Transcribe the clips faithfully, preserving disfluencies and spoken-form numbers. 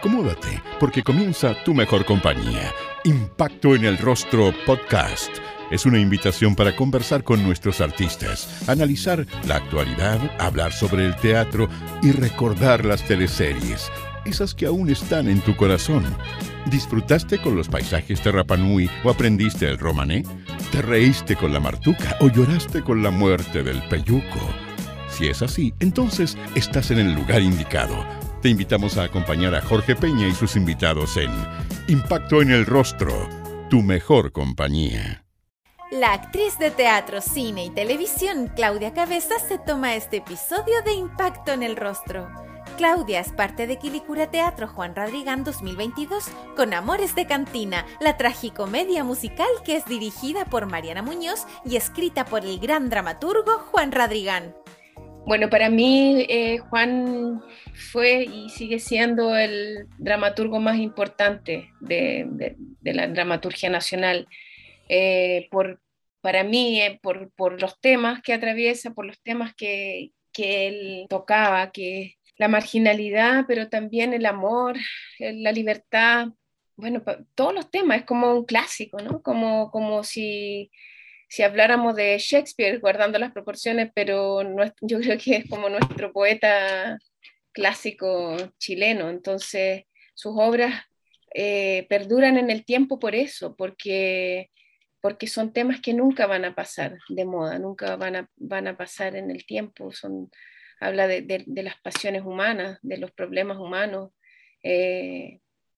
Acomódate, porque comienza Tu Mejor Compañía. Impacto en el Rostro Podcast. Es una invitación para conversar con nuestros artistas, analizar la actualidad, hablar sobre el teatro y recordar las teleseries, esas que aún están en tu corazón. ¿Disfrutaste con los paisajes de Rapa Nui o aprendiste el romané? ¿Te reíste con la martuca o lloraste con la muerte del peyuco? Si es así, entonces estás en el lugar indicado. Te invitamos a acompañar a Jorge Peña y sus invitados en Impacto en el Rostro, Tu Mejor Compañía. La actriz de teatro, cine y televisión, Claudia Cabeza, se toma este episodio de Impacto en el Rostro. Claudia es parte de Quilicura Teatro Juan Radrigán dos mil veintidós con Amores de Cantina, la tragicomedia musical que es dirigida por Mariana Muñoz y escrita por el gran dramaturgo Juan Radrigán. Bueno, para mí eh, Juan fue y sigue siendo el dramaturgo más importante de, de, de la dramaturgia nacional. Eh, por, para mí, eh, por, por los temas que atraviesa, por los temas que, que él tocaba, que la marginalidad, pero también el amor, la libertad, bueno, todos los temas, es como un clásico, ¿no? Como, como si, si habláramos de Shakespeare, guardando las proporciones, pero no, yo creo que es como nuestro poeta clásico chileno. Entonces, sus obras eh, perduran en el tiempo por eso, porque, porque son temas que nunca van a pasar de moda, nunca van a, van a pasar en el tiempo, son... habla de, de, de las pasiones humanas, de los problemas humanos, eh,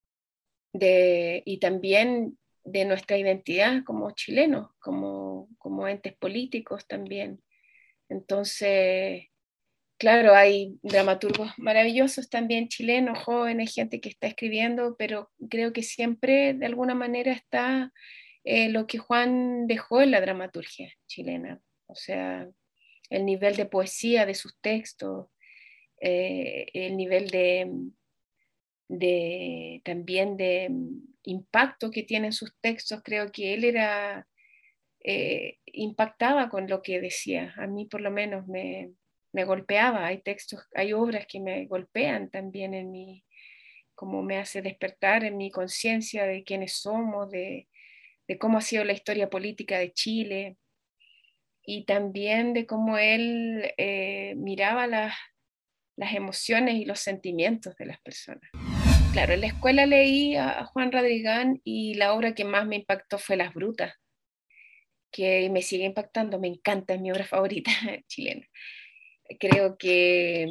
de, y también de nuestra identidad como chilenos, como, como entes políticos también. Entonces, claro, hay dramaturgos maravillosos también chilenos, jóvenes, gente que está escribiendo, pero creo que siempre de alguna manera está eh, lo que Juan dejó en la dramaturgia chilena, o sea, el nivel de poesía de sus textos, eh, el nivel de, de también de impacto que tienen sus textos. Creo que él era, eh, impactaba con lo que decía, a mí por lo menos me, me golpeaba, hay textos, hay obras que me golpean también en mi, como me hace despertar en mi conciencia de quiénes somos, de, de cómo ha sido la historia política de Chile, y también de cómo él eh, miraba las, las emociones y los sentimientos de las personas. Claro, en la escuela leí a, a Juan Radrigán y la obra que más me impactó fue Las Brutas, que me sigue impactando, me encanta, es mi obra favorita chilena. Creo que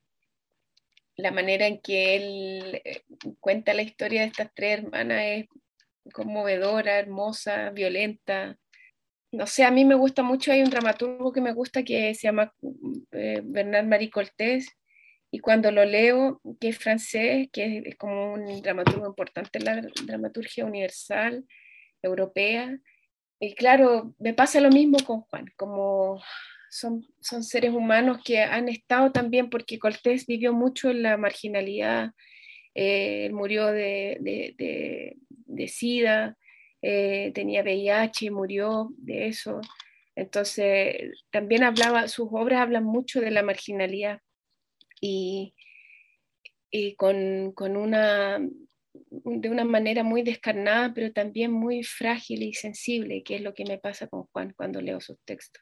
la manera en que él eh, cuenta la historia de estas tres hermanas es conmovedora, hermosa, violenta. No sé, a mí me gusta mucho, hay un dramaturgo que me gusta que se llama eh, Bernard-Marie Cortés, y cuando lo leo, que es francés, que es, es como un dramaturgo importante en la dramaturgia universal, europea, y claro, me pasa lo mismo con Juan, como son, son seres humanos que han estado también, porque Cortés vivió mucho en la marginalidad, eh, él murió de, de, de, de SIDA, eh, tenía V I H, murió de eso. Entonces, también hablaba, sus obras hablan mucho de la marginalidad y, y con, con una, de una manera muy descarnada, pero también muy frágil y sensible, que es lo que me pasa con Juan cuando leo sus textos,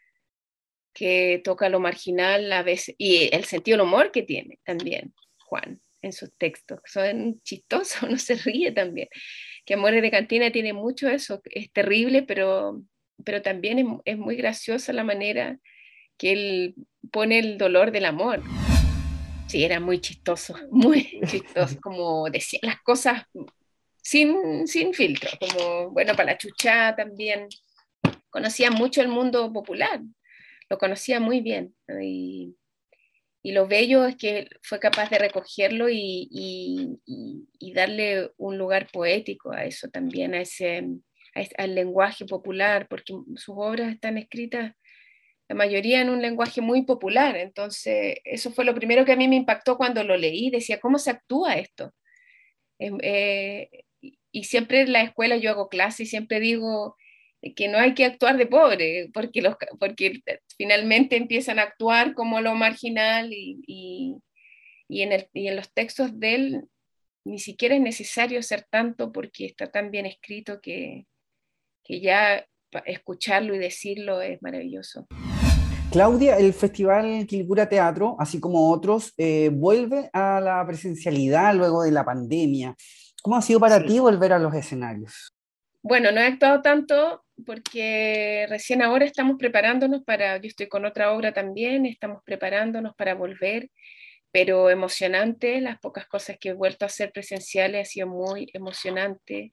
que toca lo marginal a veces, y el sentido del humor que tiene también Juan en sus textos, son chistosos, uno se ríe también, que Amores de Cantina tiene mucho eso, es terrible, pero, pero también es, es muy graciosa la manera que él pone el dolor del amor. Sí, era muy chistoso, muy chistoso, como decía las cosas sin, sin filtro, como, bueno, para la chuchá también, conocía mucho el mundo popular, lo conocía muy bien, ¿no? y, y lo bello es que fue capaz de recogerlo y, y, y, y darle un lugar poético a eso también, a ese, a ese, al lenguaje popular, porque sus obras están escritas la mayoría en un lenguaje muy popular. Entonces eso fue lo primero que a mí me impactó cuando lo leí, decía, ¿cómo se actúa esto? Eh, eh, y siempre en la escuela yo hago clase y siempre digo que no hay que actuar de pobre, porque, los, porque finalmente empiezan a actuar como lo marginal y, y, y, en el, y en los textos de él ni siquiera es necesario hacer tanto porque está tan bien escrito que, que ya escucharlo y decirlo es maravilloso. Claudia, el Festival Quilicura Teatro, así como otros, eh, vuelve a la presencialidad luego de la pandemia. ¿Cómo ha sido para Sí. ti volver a los escenarios? Bueno, no he actuado tanto porque recién ahora estamos preparándonos para, yo estoy con otra obra también, estamos preparándonos para volver, pero emocionante, las pocas cosas que he vuelto a hacer presenciales ha sido muy emocionante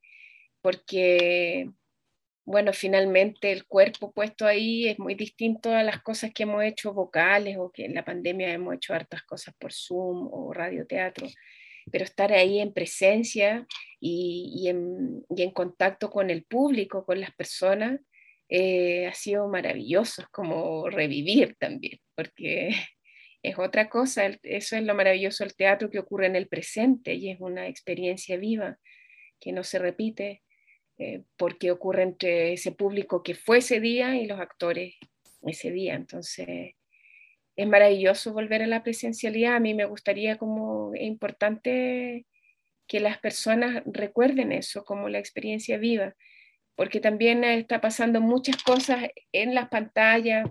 porque, bueno, finalmente el cuerpo puesto ahí es muy distinto a las cosas que hemos hecho vocales o que en la pandemia hemos hecho hartas cosas por Zoom o radioteatro, pero estar ahí en presencia y, y, en, y en contacto con el público, con las personas, eh, ha sido maravilloso, es como revivir también, porque es otra cosa, eso es lo maravilloso del teatro que ocurre en el presente y es una experiencia viva que no se repite eh, porque ocurre entre ese público que fue ese día y los actores ese día, entonces es maravilloso volver a la presencialidad. A mí me gustaría, como es importante que las personas recuerden eso como la experiencia viva, porque también está pasando muchas cosas en las pantallas,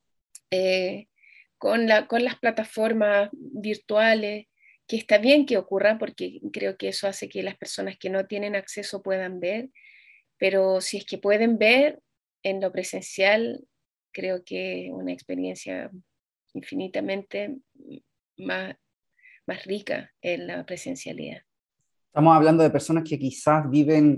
eh, con, la, con las plataformas virtuales, que está bien que ocurra, porque creo que eso hace que las personas que no tienen acceso puedan ver, pero si es que pueden ver en lo presencial, creo que es una experiencia infinitamente más, más rica en la presencialidad. Estamos hablando de personas que quizás viven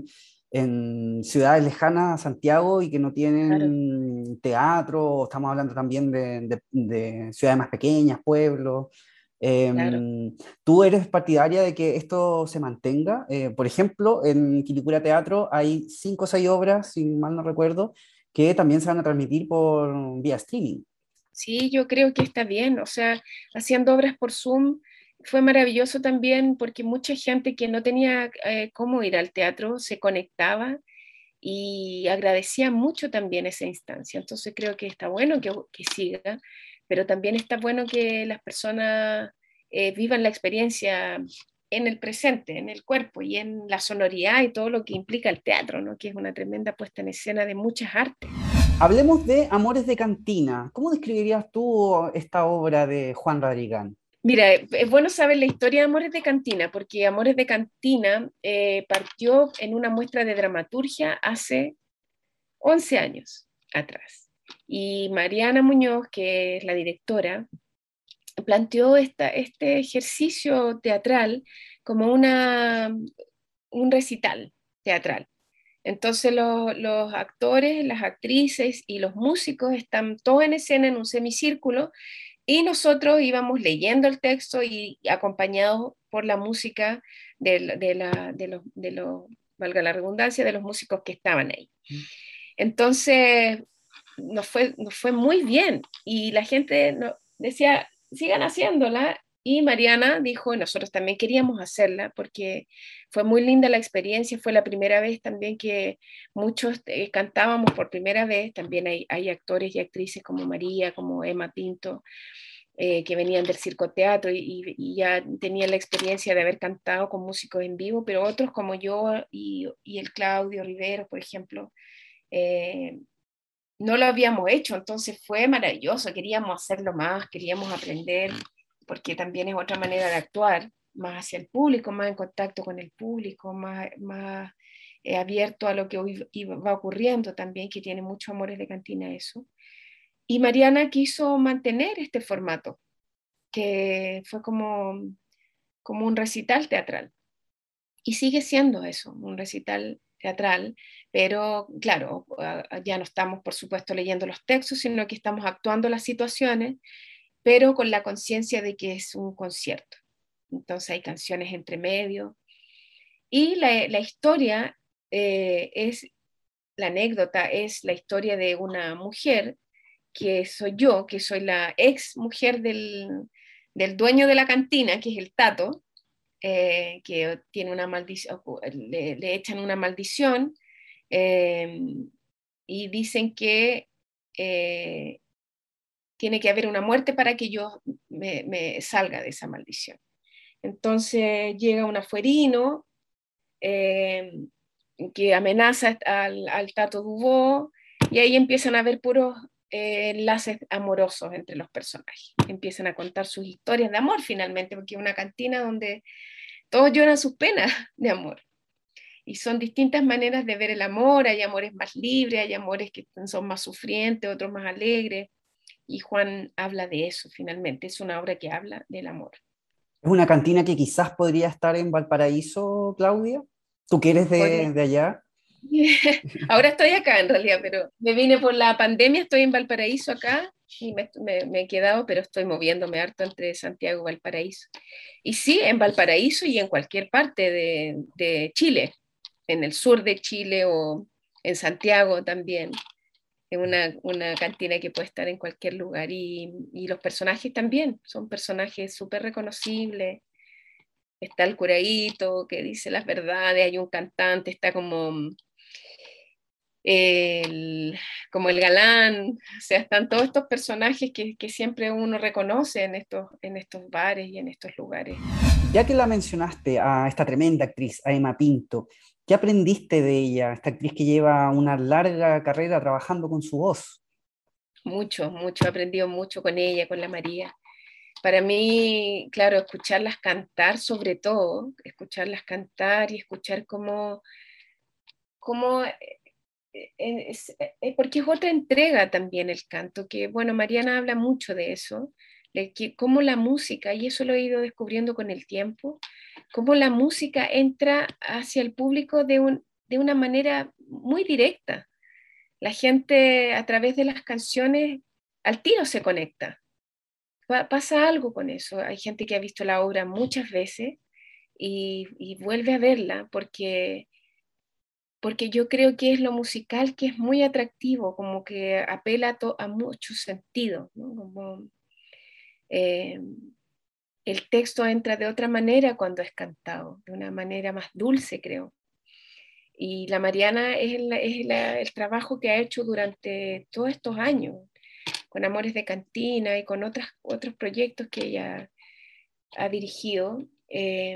en ciudades lejanas a Santiago y que no Claro. tienen teatro, o estamos hablando también de, de- de ciudades más pequeñas, pueblos. Eh, Claro. ¿Tú eres partidaria de que esto se mantenga? Eh, por ejemplo, en Quilicura Teatro hay cinco o seis obras, si mal no recuerdo, que también se van a transmitir por vía streaming. Sí, yo creo que está bien, o sea, haciendo obras por Zoom fue maravilloso también porque mucha gente que no tenía eh, cómo ir al teatro se conectaba y agradecía mucho también esa instancia. Entonces creo que está bueno que, que siga, pero también está bueno que las personas eh, vivan la experiencia en el presente, en el cuerpo y en la sonoridad y todo lo que implica el teatro, ¿no? Que es una tremenda puesta en escena de muchas artes. Hablemos de Amores de Cantina. ¿Cómo describirías tú esta obra de Juan Radrigán? Mira, es bueno saber la historia de Amores de Cantina, porque Amores de Cantina eh, partió en una muestra de dramaturgia hace once años atrás. Y Mariana Muñoz, que es la directora, planteó esta, este ejercicio teatral como una, un recital teatral. Entonces lo, los actores, las actrices y los músicos están todos en escena en un semicírculo y nosotros íbamos leyendo el texto y acompañados por la música de, de, la, de, los, de los, valga la redundancia, de los músicos que estaban ahí. Entonces nos fue, nos fue muy bien y la gente nos decía, sigan haciéndola. Y Mariana dijo, nosotros también queríamos hacerla porque fue muy linda la experiencia, fue la primera vez también que muchos eh, cantábamos por primera vez, también hay, hay actores y actrices como María, como Emma Pinto, eh, que venían del circoteatro y, y ya tenían la experiencia de haber cantado con músicos en vivo, pero otros como yo y, y el Claudio Rivero, por ejemplo, eh, no lo habíamos hecho, entonces fue maravilloso, queríamos hacerlo más, queríamos aprender, porque también es otra manera de actuar, más hacia el público, más en contacto con el público, más, más eh, abierto a lo que hoy va ocurriendo también, que tiene muchos Amores de Cantina eso. Y Mariana quiso mantener este formato, que fue como, como un recital teatral. Y sigue siendo eso, un recital teatral, pero claro, ya no estamos, por supuesto, leyendo los textos, sino que estamos actuando las situaciones, pero con la conciencia de que es un concierto. Entonces hay canciones entre medio. Y la, la historia eh, es, la anécdota es la historia de una mujer, que soy yo, que soy la ex mujer del, del dueño de la cantina, que es el Tato, eh, que tiene una maldición, le, le, echan una maldición eh, y dicen que eh, tiene que haber una muerte para que yo me, me salga de esa maldición. Entonces llega un afuerino eh, que amenaza al, al Tato Dubó, y ahí empiezan a haber puros eh, enlaces amorosos entre los personajes. Empiezan a contar sus historias de amor finalmente, porque es una cantina donde todos lloran sus penas de amor. Y son distintas maneras de ver el amor, hay amores más libres, hay amores que son más sufrientes, otros más alegres, y Juan habla de eso finalmente, es una obra que habla del amor. ¿Es una cantina que quizás podría estar en Valparaíso, Claudia? ¿Tú que eres de, de allá? Ahora estoy acá en realidad, pero me vine por la pandemia, estoy en Valparaíso acá, y me, me, me he quedado, pero estoy moviéndome harto entre Santiago y Valparaíso. Y sí, en Valparaíso y en cualquier parte de, de Chile, en el sur de Chile o en Santiago también. Es una, una cantina que puede estar en cualquier lugar, y, y los personajes también, son personajes súper reconocibles. Está el curadito que dice las verdades, hay un cantante, está como el, como el galán, o sea, están todos estos personajes que, que siempre uno reconoce en estos, en estos bares y en estos lugares. Ya que la mencionaste a esta tremenda actriz, a Emma Pinto, ¿qué aprendiste de ella, esta actriz que lleva una larga carrera trabajando con su voz? Mucho, mucho, he aprendido mucho con ella, con la María. Para mí, claro, escucharlas cantar, sobre todo, escucharlas cantar y escuchar cómo, cómo es, es, porque es otra entrega también el canto, que bueno, Mariana habla mucho de eso, de que cómo la música, y eso lo he ido descubriendo con el tiempo, cómo la música entra hacia el público de, un, de una manera muy directa. La gente a través de las canciones al tiro se conecta. Pasa algo con eso. Hay gente que ha visto la obra muchas veces y, y vuelve a verla porque, porque yo creo que es lo musical que es muy atractivo, como que apela a, to, a muchos sentidos, ¿no? Como, eh, el texto entra de otra manera cuando es cantado, de una manera más dulce, creo. Y la Mariana es, el, es la, el trabajo que ha hecho durante todos estos años, con Amores de Cantina y con otras, otros proyectos que ella ha dirigido. Eh,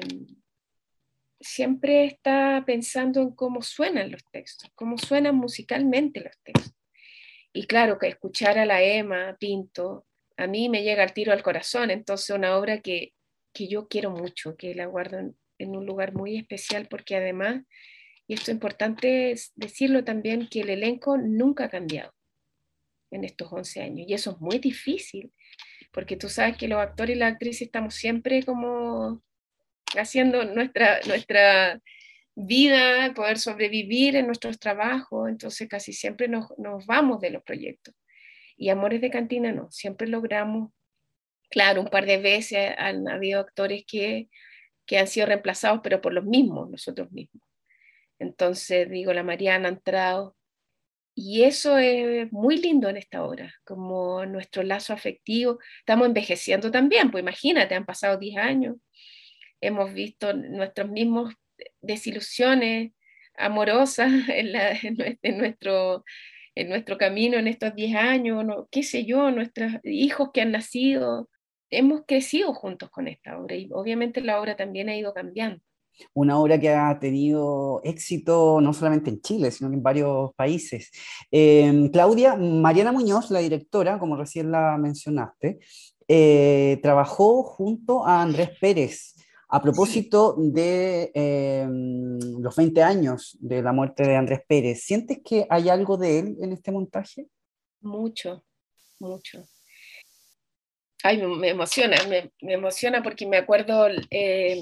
siempre está pensando en cómo suenan los textos, cómo suenan musicalmente los textos. Y claro, que escuchar a la Emma Pinto, a mí me llega al tiro al corazón, entonces una obra que, que yo quiero mucho, que la guardo en, en un lugar muy especial, porque además, y esto es importante decirlo también, que el elenco nunca ha cambiado en estos once años, y eso es muy difícil, porque tú sabes que los actores y las actrices estamos siempre como haciendo nuestra, nuestra vida, poder sobrevivir en nuestros trabajos, entonces casi siempre nos, nos vamos de los proyectos. Y Amores de Cantina no, siempre logramos, claro, un par de veces han habido actores que, que han sido reemplazados, pero por los mismos, nosotros mismos. Entonces, digo, la Mariana ha entrado, y eso es muy lindo en esta obra, como nuestro lazo afectivo. Estamos envejeciendo también, pues imagínate, han pasado diez años, hemos visto nuestros mismos desilusiones amorosas en, la, en, en, nuestro, en nuestro camino en estos diez años, no, qué sé yo, nuestros hijos que han nacido. Hemos crecido juntos con esta obra, y obviamente la obra también ha ido cambiando. Una obra que ha tenido éxito no solamente en Chile, sino en varios países. Eh, Claudia, Mariana Muñoz, la directora, como recién la mencionaste, eh, trabajó junto a Andrés Pérez a propósito sí. de eh, los veinte años de la muerte de Andrés Pérez. ¿Sientes que hay algo de él en este montaje? Mucho, mucho. Ay, me, me emociona, me, me emociona porque me acuerdo... Eh,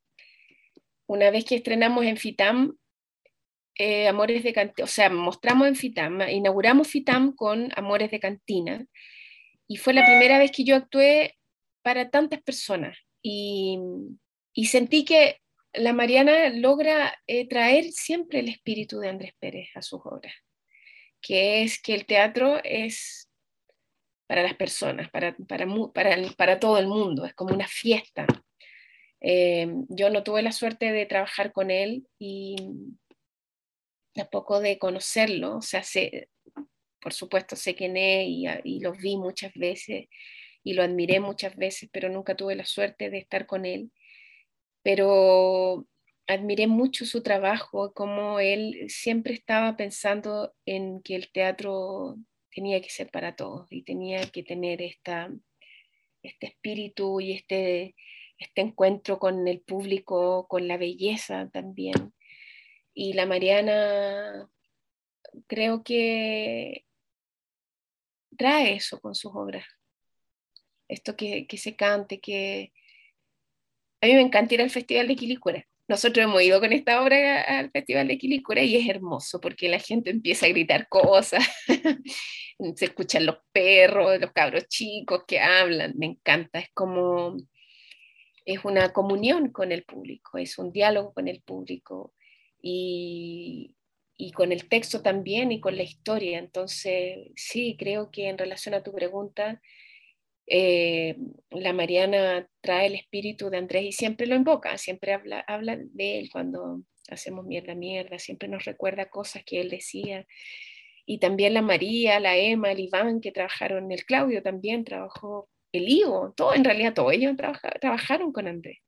una vez que estrenamos en FITAM, eh, Amores de Cantina, o sea, mostramos en FITAM, inauguramos FITAM con Amores de Cantina, y fue la primera vez que yo actué para tantas personas, y, y sentí que la Mariana logra eh, traer siempre el espíritu de Andrés Pérez a sus obras, que es que el teatro es para las personas, para, para, para, para todo el mundo, es como una fiesta. Eh, yo no tuve la suerte de trabajar con él y tampoco de conocerlo, o sea, sé, por supuesto sé quién es y, y lo vi muchas veces y lo admiré muchas veces, pero nunca tuve la suerte de estar con él. pero admiré mucho su trabajo, como él siempre estaba pensando en que el teatro tenía que ser para todos y tenía que tener esta, este espíritu y este, este encuentro con el público, con la belleza también. Y la Mariana creo que trae eso con sus obras, esto que, que se cante, que a mí me encanta ir al Festival de Quilicura. Nosotros hemos ido con esta obra al Festival de Quilicura y es hermoso porque la gente empieza a gritar cosas, se escuchan los perros, los cabros chicos que hablan, me encanta, es como, es una comunión con el público, es un diálogo con el público y, y con el texto también y con la historia. Entonces, sí, creo que en relación a tu pregunta, eh, la Mariana trae el espíritu de Andrés y siempre lo invoca, siempre habla, habla de él cuando hacemos mierda, mierda, siempre nos recuerda cosas que él decía. Y también la María, la Emma, el Iván, que trabajaron, el Claudio también trabajó, el Ivo, todo, en realidad todos ellos trabaja, trabajaron con Andrés.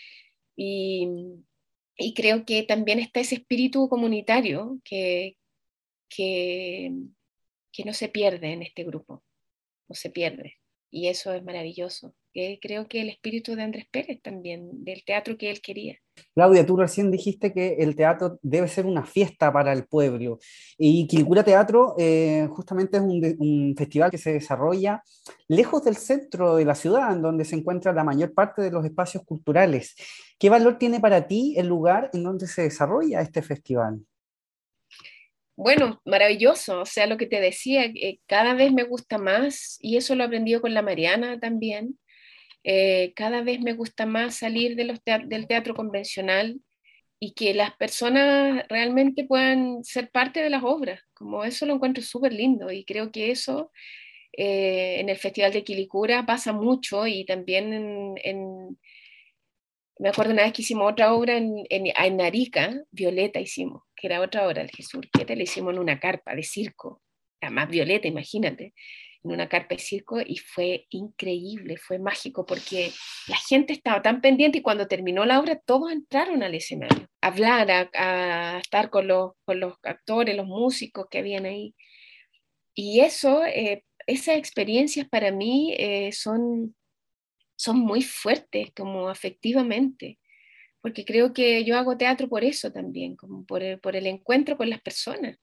Y, y creo que también está ese espíritu comunitario que, que, que no se pierde en este grupo, no se pierde. Y eso es maravilloso. Eh, creo que el espíritu de Andrés Pérez también, del teatro que él quería. Claudia, tú recién dijiste que el teatro debe ser una fiesta para el pueblo. Y Quilicura Teatro eh, justamente es un, de- un festival que se desarrolla lejos del centro de la ciudad, en donde se encuentra la mayor parte de los espacios culturales. ¿Qué valor tiene para ti el lugar en donde se desarrolla este festival? Bueno, maravilloso, o sea, lo que te decía, eh, cada vez me gusta más, y eso lo he aprendido con la Mariana también, eh, cada vez me gusta más salir de los tea- del teatro convencional y que las personas realmente puedan ser parte de las obras, como eso lo encuentro súper lindo y creo que eso eh, en el Festival de Quilicura pasa mucho y también en, en- me acuerdo una vez que hicimos otra obra en, en, en Arica, Violeta hicimos, que era otra obra, el Jesús Urquieta, la hicimos en una carpa de circo, además Violeta, imagínate, en una carpa de circo y fue increíble, fue mágico porque la gente estaba tan pendiente y cuando terminó la obra todos entraron al escenario, a hablar, a, a estar con los, con los actores, los músicos que habían ahí. Y eso, eh, esas experiencias para mí eh, son, son muy fuertes, como afectivamente, porque creo que yo hago teatro por eso también, como por el, por el encuentro con las personas.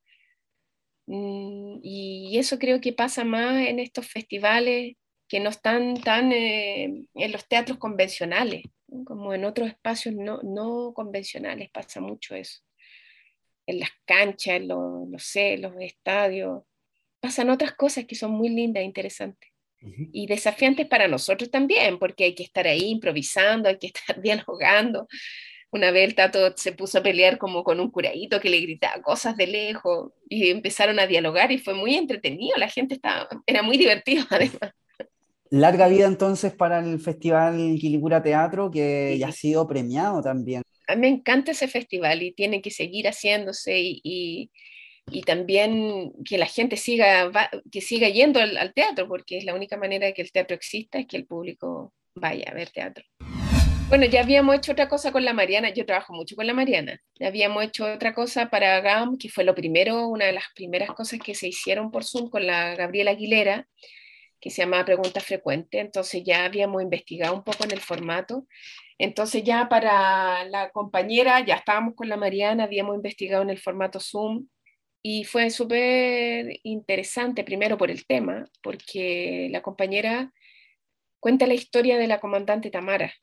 Mm, y eso creo que pasa más en estos festivales que no están tan eh, en los teatros convencionales, ¿no? Como en otros espacios no, no convencionales pasa mucho eso. En las canchas, en los, no sé, los estadios, pasan otras cosas que son muy lindas e interesantes. Ujú. Y desafiantes para nosotros también, porque hay que estar ahí improvisando, hay que estar dialogando. Una vez el Tato se puso a pelear como con un curadito que le gritaba cosas de lejos y empezaron a dialogar y fue muy entretenido, la gente estaba, era muy divertido además. Larga vida entonces para el Festival Quilicura Teatro, que ya ha Y sido premiado también. a mí me encanta ese festival y tiene que seguir haciéndose y, y, y también que la gente siga, va, que siga yendo al, al teatro, porque es la única manera de que el teatro exista, es que el público vaya a ver teatro. Bueno, ya habíamos hecho otra cosa con la Mariana, yo trabajo mucho con la Mariana, ya habíamos hecho otra cosa para G A M, que fue lo primero, una de las primeras cosas que se hicieron por Zoom con la Gabriela Aguilera, que se llamaba Pregunta Frecuente, entonces ya habíamos investigado un poco en el formato, entonces ya para la compañera, ya estábamos con la Mariana, habíamos investigado en el formato Zoom, y fue súper interesante, primero por el tema, porque la compañera cuenta la historia de la comandante Tamara,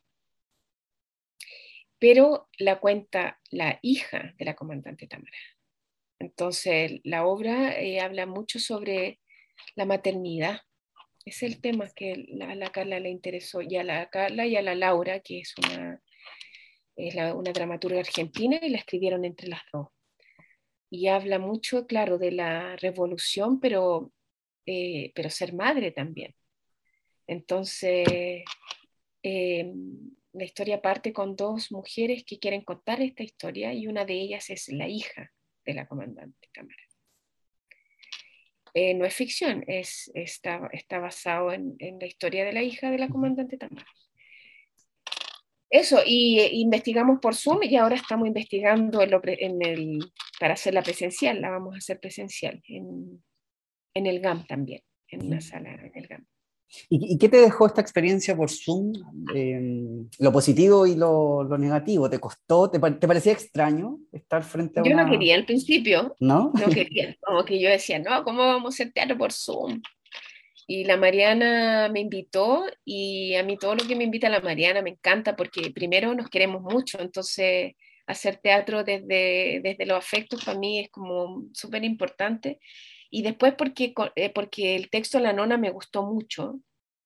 pero la cuenta la hija de la comandante Tamara. Entonces, la obra eh, habla mucho sobre la maternidad. Es el tema que a la Carla le interesó, y a la Carla y a la Laura, que es una, es la, una dramaturga argentina, y la escribieron entre las dos. Y habla mucho, claro, de la revolución, pero, eh, pero ser madre también. Entonces, eh, la historia parte con dos mujeres que quieren contar esta historia y una de ellas es la hija de la comandante Cámara. Eh, no es ficción, es, está, está basado en, en, la historia de la hija de la comandante Tamara. Eso, y eh, investigamos por Zoom y ahora estamos investigando en lo pre- en el, para hacerla presencial, la vamos a hacer presencial en, en el G A M también, en una sala en el G A M. ¿Y, y qué te dejó esta experiencia por Zoom? Eh, lo positivo y lo, lo negativo. ¿Te costó? ¿Te, pa- te parecía extraño estar frente a Yo no una... quería al principio, ¿No? no quería, como que yo decía, no, ¿cómo vamos a hacer teatro por Zoom? Y la Mariana me invitó y a mí todo lo que me invita la Mariana me encanta porque primero nos queremos mucho, entonces hacer teatro desde, desde los afectos para mí es como súper importante. Y después porque, co- eh, porque el texto de La Nona me gustó mucho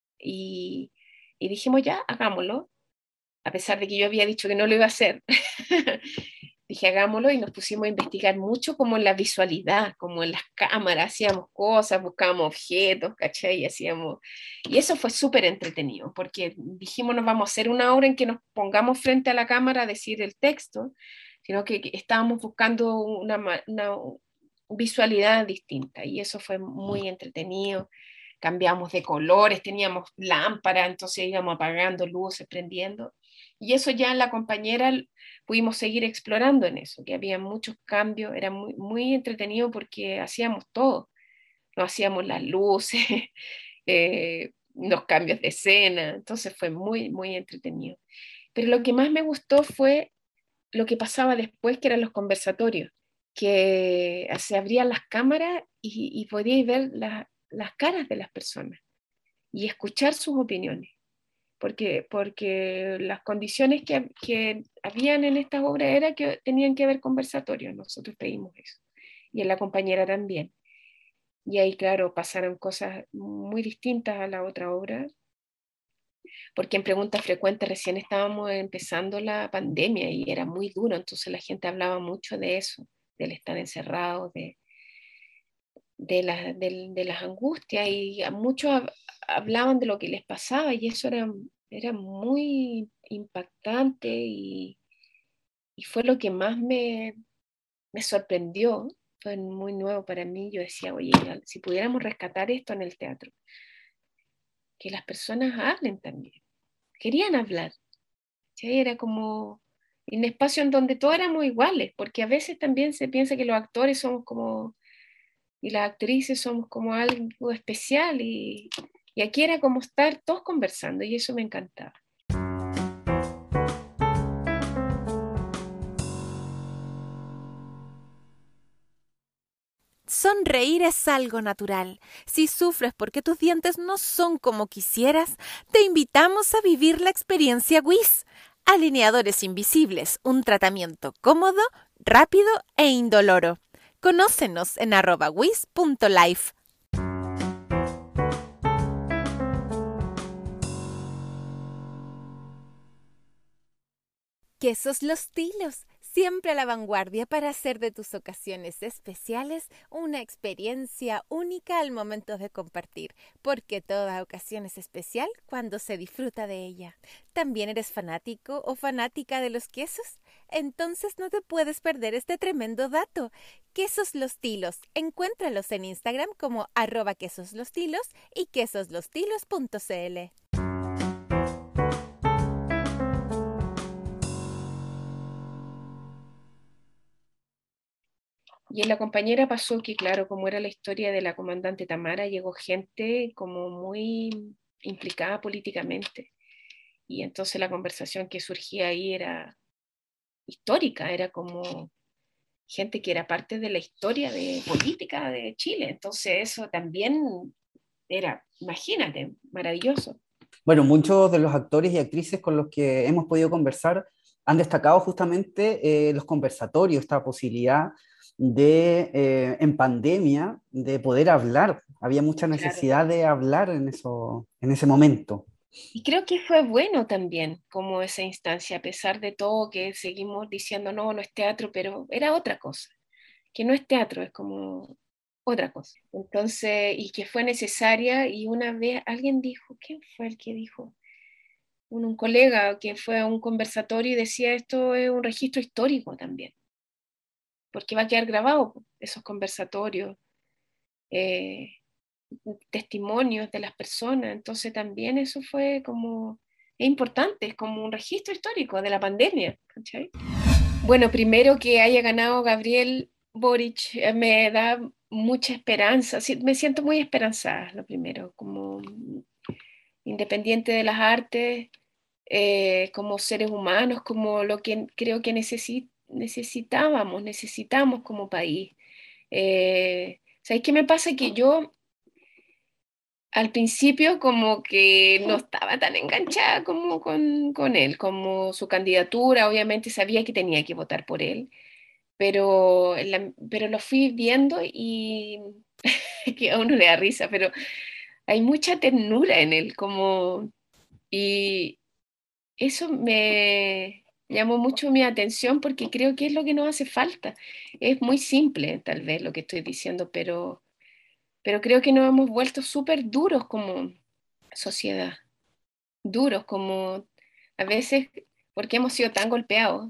y, y dijimos ya, hagámoslo, a pesar de que yo había dicho que no lo iba a hacer. Dije, hagámoslo y nos pusimos a investigar mucho como en la visualidad, como en las cámaras, hacíamos cosas, buscábamos objetos, ¿cachai? Y hacíamos... Y eso fue súper entretenido, porque dijimos, nos vamos a hacer una obra en que nos pongamos frente a la cámara a decir el texto, sino que estábamos buscando una, una visualidad distinta, y eso fue muy entretenido. Cambiamos de colores, teníamos lámparas, entonces íbamos apagando luces, prendiendo. Y eso ya en la compañera pudimos seguir explorando en eso, que había muchos cambios, era muy, muy entretenido porque hacíamos todo, no hacíamos las luces, eh, los cambios de escena, entonces fue muy, muy entretenido. Pero lo que más me gustó fue lo que pasaba después, que eran los conversatorios, que se abrían las cámaras y, y podíais ver la, las caras de las personas y escuchar sus opiniones porque, porque las condiciones que, que habían en estas obras era que tenían que haber conversatorios, nosotros pedimos eso, y en la compañera también. Y ahí, claro, pasaron cosas muy distintas a la otra obra, porque en Preguntas Frecuentes recién estábamos empezando la pandemia y era muy duro, entonces la gente hablaba mucho de eso, del estar encerrado, de, de, la, de, de las angustias, y muchos hablaban de lo que les pasaba y eso era, era muy impactante y, y fue lo que más me, me sorprendió, fue muy nuevo para mí. Yo decía, oye, si pudiéramos rescatar esto en el teatro, que las personas hablen también, querían hablar, ¿sí? Era como un espacio en donde todos éramos iguales, porque a veces también se piensa que los actores somos como y las actrices somos como algo especial y, y aquí era como estar todos conversando y eso me encantaba. Sonreír es algo natural. Si sufres porque tus dientes no son como quisieras, te invitamos a vivir la experiencia W I S. Alineadores invisibles, un tratamiento cómodo, rápido e indoloro. Conócenos en arroba wis punto life. Quesos Los Tilos, siempre a la vanguardia para hacer de tus ocasiones especiales una experiencia única al momento de compartir, porque toda ocasión es especial cuando se disfruta de ella. ¿También eres fanático o fanática de los quesos? Entonces no te puedes perder este tremendo dato. Quesos Los Tilos, encuéntralos en Instagram como arroba quesoslostilos y quesoslostilos punto cl. Y en la compañera pasó que, claro, como era la historia de la comandante Tamara, llegó gente como muy implicada políticamente. Y entonces la conversación que surgía ahí era histórica, era como gente que era parte de la historia de política de Chile. Entonces eso también era, imagínate, maravilloso. Bueno, muchos de los actores y actrices con los que hemos podido conversar han destacado justamente eh, los conversatorios, esta posibilidad de, eh, en pandemia, de poder hablar. Había mucha Claro. necesidad de hablar en, eso, en ese momento. Y creo que fue bueno también como esa instancia, a pesar de todo que seguimos diciendo, no, no es teatro, pero era otra cosa, que no es teatro, es como otra cosa. Entonces, y que fue necesaria, y una vez alguien dijo, ¿quién fue el que dijo? Un, un colega que fue a un conversatorio y decía, esto es un registro histórico también, porque va a quedar grabado esos conversatorios. Eh, testimonios de las personas, entonces también eso fue como, es importante, es como un registro histórico de la pandemia, ¿cachai? Bueno, primero que haya ganado Gabriel Boric eh, me da mucha esperanza, sí, me siento muy esperanzada, lo primero, como independiente de las artes, eh, como seres humanos, como lo que creo que necesi- necesitábamos, necesitamos como país. Eh, ¿sabes qué me pasa? Que yo al principio como que no estaba tan enganchada como con, con él, como su candidatura, obviamente sabía que tenía que votar por él, pero, la- pero lo fui viendo y que a uno le da risa, pero hay mucha ternura en él, como, y eso me llamó mucho mi atención porque creo que es lo que nos hace falta. Es muy simple, tal vez, lo que estoy diciendo, pero, pero creo que nos hemos vuelto súper duros como sociedad, duros como a veces, porque hemos sido tan golpeados,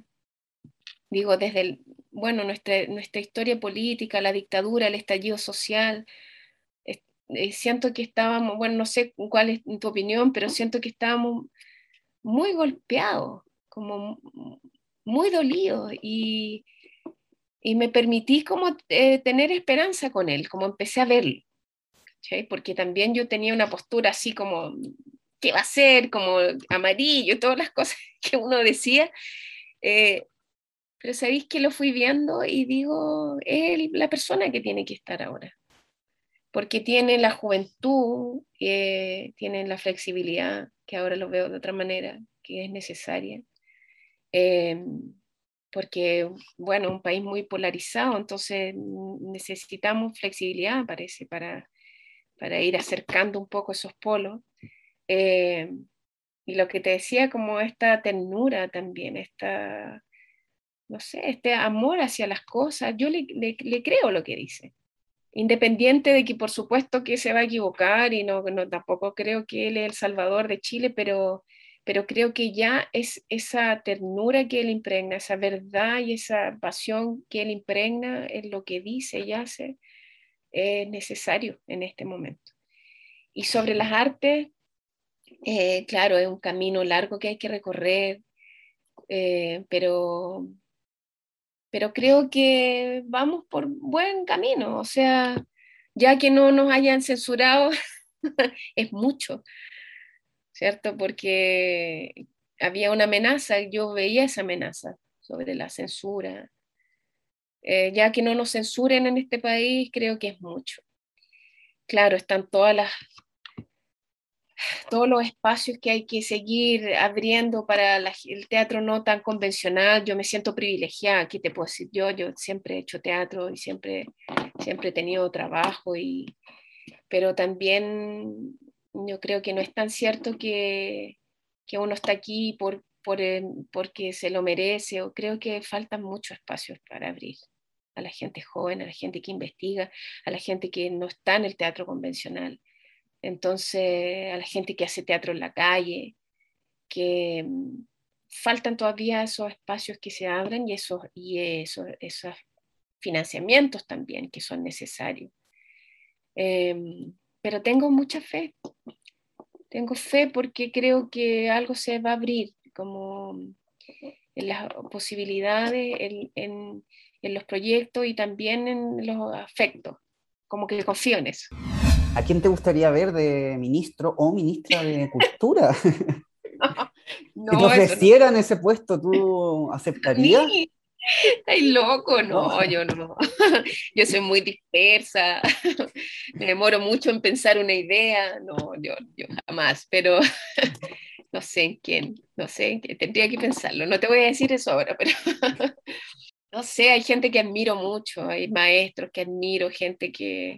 digo, desde el, bueno, nuestra, nuestra historia política, la dictadura, el estallido social. es- eh, Siento que estábamos, bueno, no sé cuál es tu opinión, pero siento que estábamos muy golpeados, como muy dolidos, y, y me permití como eh, tener esperanza con él, como empecé a verlo, ¿sí? Porque también yo tenía una postura así como, ¿qué va a ser? Como amarillo, todas las cosas que uno decía, eh, pero sabéis que lo fui viendo y digo, es el- la persona que tiene que estar ahora, porque tiene la juventud, eh, tiene la flexibilidad, que ahora lo veo de otra manera, que es necesaria. Eh, Porque, bueno, un país muy polarizado, entonces necesitamos flexibilidad, parece, para, para ir acercando un poco esos polos. Eh, y lo que te decía, como esta ternura también, esta, no sé, este amor hacia las cosas, yo le, le, le creo lo que dice. Independiente de que por supuesto que se va a equivocar y no, no tampoco creo que él es el salvador de Chile, pero, pero creo que ya es esa ternura que él impregna, esa verdad y esa pasión que él impregna en lo que dice y hace, es necesario en este momento. Y sobre las artes, eh, claro, es un camino largo que hay que recorrer, eh, pero, pero creo que vamos por buen camino, o sea, ya que no nos hayan censurado, es mucho, ¿cierto? Porque había una amenaza, yo veía esa amenaza sobre la censura. Eh, ya que no nos censuren en este país, creo que es mucho. Claro, están todas las, todos los espacios que hay que seguir abriendo para la- el teatro no tan convencional. Yo me siento privilegiada, ¿qué te puedo decir yo? Yo siempre he hecho teatro y siempre, siempre he tenido trabajo, y, pero también yo creo que no es tan cierto que, que uno está aquí por, por, eh, porque se lo merece, o creo que faltan muchos espacios para abrir a la gente joven, a la gente que investiga, a la gente que no está en el teatro convencional. Entonces, a la gente que hace teatro en la calle, que mm, faltan todavía esos espacios que se abran, y esos, y esos, esos financiamientos también que son necesarios. Eh, pero tengo mucha fe, tengo fe porque creo que algo se va a abrir, como en las posibilidades, en, en, en los proyectos y también en los afectos, como que confío en eso. ¿A quién te gustaría ver de ministro o ministra de Cultura? Si te No, eso no. ofrecieran ese puesto, ¿tú aceptarías? Ni, ay, loco, ¿No? no, yo no. Yo soy muy dispersa, me demoro mucho en pensar una idea, no, yo, yo jamás, pero no sé en quién, no sé en quién, tendría que pensarlo, no te voy a decir eso ahora, pero no sé, hay gente que admiro mucho, hay maestros que admiro, gente que,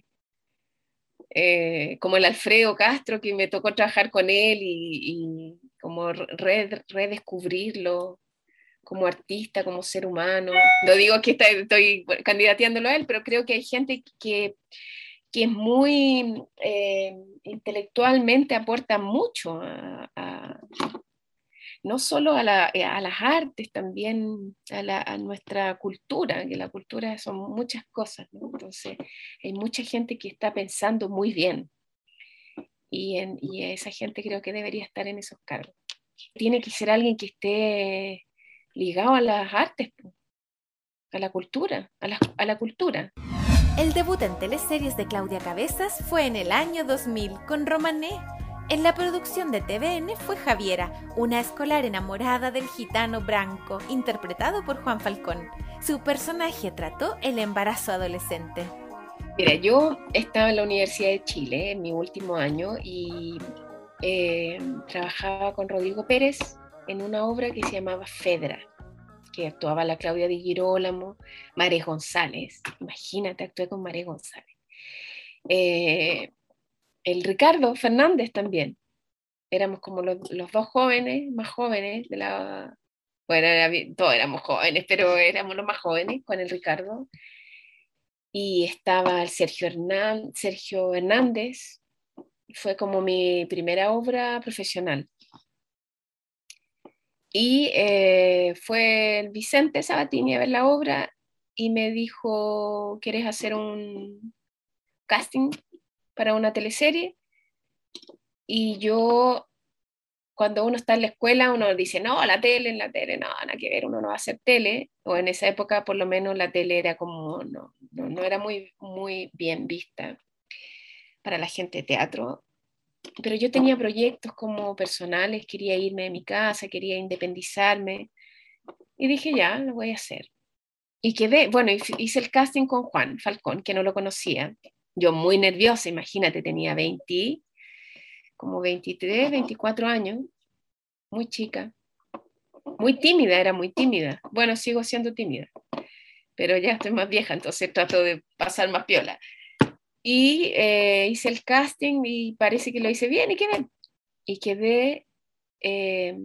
eh, como el Alfredo Castro, que me tocó trabajar con él y, y como red, redescubrirlo como artista, como ser humano. No digo que está, estoy candidateándolo a él, pero creo que hay gente que, que es muy eh, intelectualmente aporta mucho a, a, no solo a, la, a, las artes, también a, la, a, nuestra cultura, que la cultura son muchas cosas, ¿no? Entonces hay mucha gente que está pensando muy bien, y, en, y esa gente creo que debería estar en esos cargos. tiene que ser alguien que esté ligado a las artes, a la cultura, a la, a la cultura. El debut en teleseries de Claudia Cabezas fue en el año dos mil con Romané. En la producción de T V N fue Javiera, una escolar enamorada del gitano Branco, interpretado por Juan Falcón. Su personaje trató el embarazo adolescente. Mira, yo estaba en la Universidad de Chile en mi último año y eh, trabajaba con Rodrigo Pérez en una obra que se llamaba Fedra, que actuaba la Claudia Di Girolamo, Marés González. Imagínate, actué con Marés González. Eh, el Ricardo Fernández también. Éramos como los, los dos jóvenes, más jóvenes de la... Bueno, era, todos éramos jóvenes, pero éramos los más jóvenes con el Ricardo. Y estaba el Sergio, Hernán, Sergio Hernández. Fue como mi primera obra profesional. Y eh, fue el Vicente Sabatini a ver la obra y me dijo, ¿quieres hacer un casting para una teleserie? Y yo, cuando uno está en la escuela, uno dice, no, la tele, en la tele, no, nada que ver, uno no va a hacer tele. O en esa época, por lo menos, la tele era como, no, no, no era muy, muy bien vista para la gente de teatro. Pero yo tenía proyectos como personales, quería irme de mi casa, quería independizarme, y dije, ya, lo voy a hacer. Y quedé, bueno, hice el casting con Juan Falcón, que no lo conocía. Yo muy nerviosa, imagínate, tenía veinte, como veintitrés, veinticuatro años, muy chica, muy tímida, era muy tímida. Bueno, sigo siendo tímida, pero ya estoy más vieja, entonces trato de pasar más piola. Y eh, hice el casting y parece que lo hice bien y quedé. Y quedé, eh,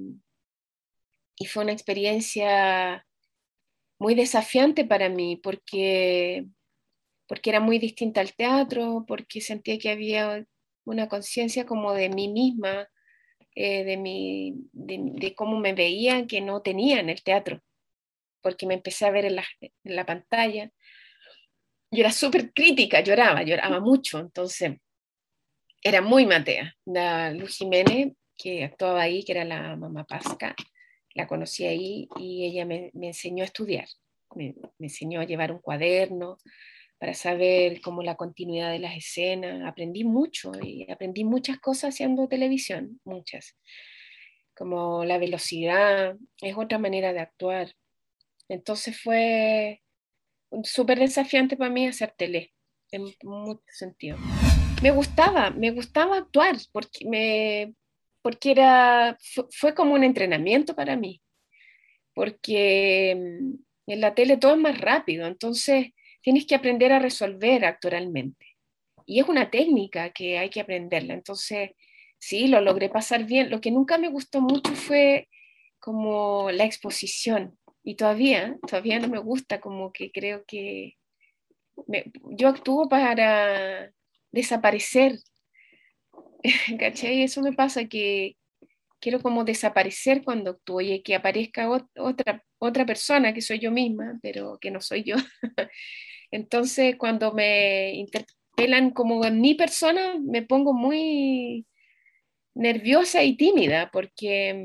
y fue una experiencia muy desafiante para mí porque, porque era muy distinta al teatro, porque sentía que había una conciencia como de mí misma, eh, de, mi, de, de cómo me veía que no tenía en el teatro, porque me empecé a ver en la, en la pantalla. Yo era súper crítica, lloraba, lloraba mucho, entonces era muy matea. La Luz Jiménez, que actuaba ahí, que era la mamá Pasca, la conocí ahí y ella me, me enseñó a estudiar, me, me enseñó a llevar un cuaderno para saber cómo la continuidad de las escenas. Aprendí mucho y aprendí muchas cosas haciendo televisión, muchas, como la velocidad, es otra manera de actuar. Entonces fue súper desafiante para mí hacer tele, en muchos sentidos. Me gustaba, me gustaba actuar, porque, me, porque era, fue, fue como un entrenamiento para mí, porque en la tele todo es más rápido, entonces tienes que aprender a resolver actoralmente. Y es una técnica que hay que aprenderla, entonces sí, lo logré pasar bien. Lo que nunca me gustó mucho fue como la exposición, y todavía, todavía no me gusta, como que creo que me, yo actúo para desaparecer, ¿cachai? Eso me pasa, que quiero como desaparecer cuando actúo y que aparezca ot otra, otra persona que soy yo misma, pero que no soy yo. Entonces, cuando me interpelan como en mi persona, me pongo muy nerviosa y tímida, porque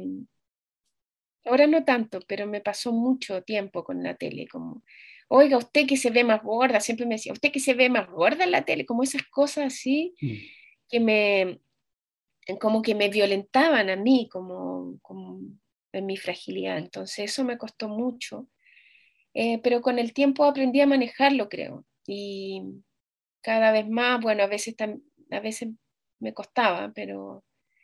ahora no tanto, pero me pasó mucho tiempo con la tele, como, oiga, usted que se ve más gorda, siempre me decía, usted que se ve más gorda en la tele, como esas cosas así, mm. que me, como que me violentaban a mí, como, como en mi fragilidad. Entonces eso me costó mucho, eh, pero con el tiempo aprendí a manejarlo, creo, y cada vez más, bueno, a veces, a veces me costaba, pero...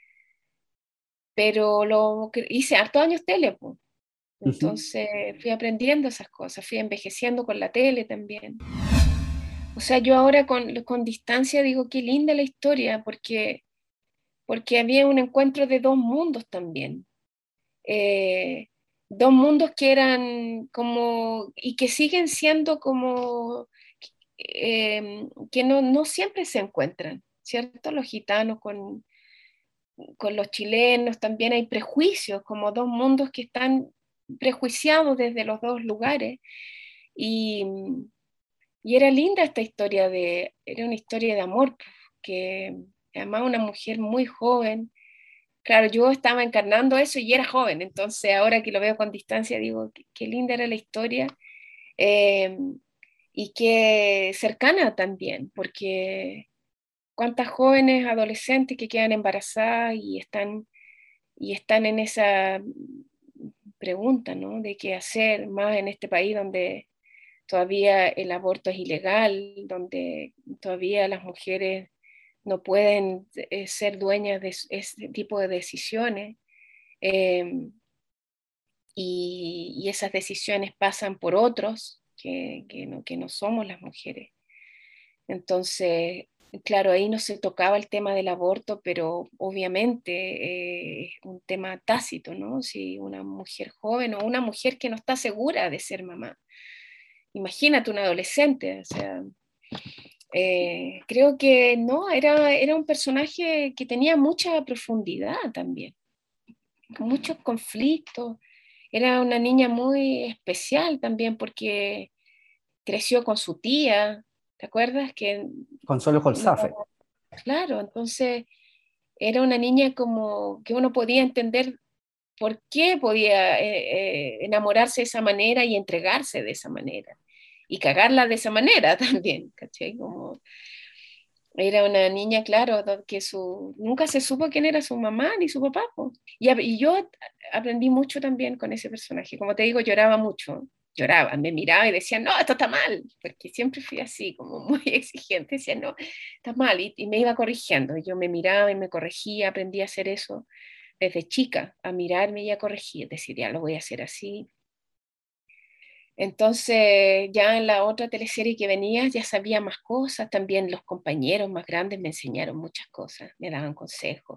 pero lo hice hartos años tele, pues. Entonces uh-huh. fui aprendiendo esas cosas, fui envejeciendo con la tele también. O sea, yo ahora con, con distancia digo, qué linda la historia, porque, porque había un encuentro de dos mundos también. Eh, dos mundos que eran como, y que siguen siendo como, eh, que no, no siempre se encuentran, ¿cierto? Los gitanos con, con los chilenos también hay prejuicios, como dos mundos que están prejuiciados desde los dos lugares, y, y era linda esta historia, de, era una historia de amor, que además una mujer muy joven, Claro, yo estaba encarnando eso y era joven, entonces ahora que lo veo con distancia digo, qué, qué linda era la historia, eh, y qué cercana también, porque cuántas jóvenes adolescentes que quedan embarazadas y están, y están en esa pregunta, ¿no? De qué hacer más en este país donde todavía el aborto es ilegal, donde todavía las mujeres no pueden eh, ser dueñas de ese tipo de decisiones, eh, y, y, esas decisiones pasan por otros que, que, no, que no somos las mujeres. Entonces, claro, ahí no se tocaba el tema del aborto, pero obviamente eh, es un tema tácito, ¿no? Si una mujer joven o una mujer que no está segura de ser mamá, imagínate un adolescente, o sea, eh, creo que no, era, era un personaje que tenía mucha profundidad también, muchos conflictos, era una niña muy especial también porque creció con su tía, ¿te acuerdas? Que, Consuelo no, Holzafe. claro, entonces era una niña como que uno podía entender por qué podía eh, eh, enamorarse de esa manera y entregarse de esa manera y cagarla de esa manera también, ¿cachai? Como era una niña, claro, que su, nunca se supo quién era su mamá ni su papá. Po. Y, y yo aprendí mucho también con ese personaje. Como te digo, lloraba mucho, lloraba, me miraba y decía, no, esto está mal, porque siempre fui así, como muy exigente, decía, no, está mal, y, y me iba corrigiendo. Yo me miraba y me corregía, aprendí a hacer eso desde chica, a mirarme y a corregir, decir, ya lo voy a hacer así. Entonces, ya en la otra teleserie que venía, ya sabía más cosas, también los compañeros más grandes me enseñaron muchas cosas, me daban consejos,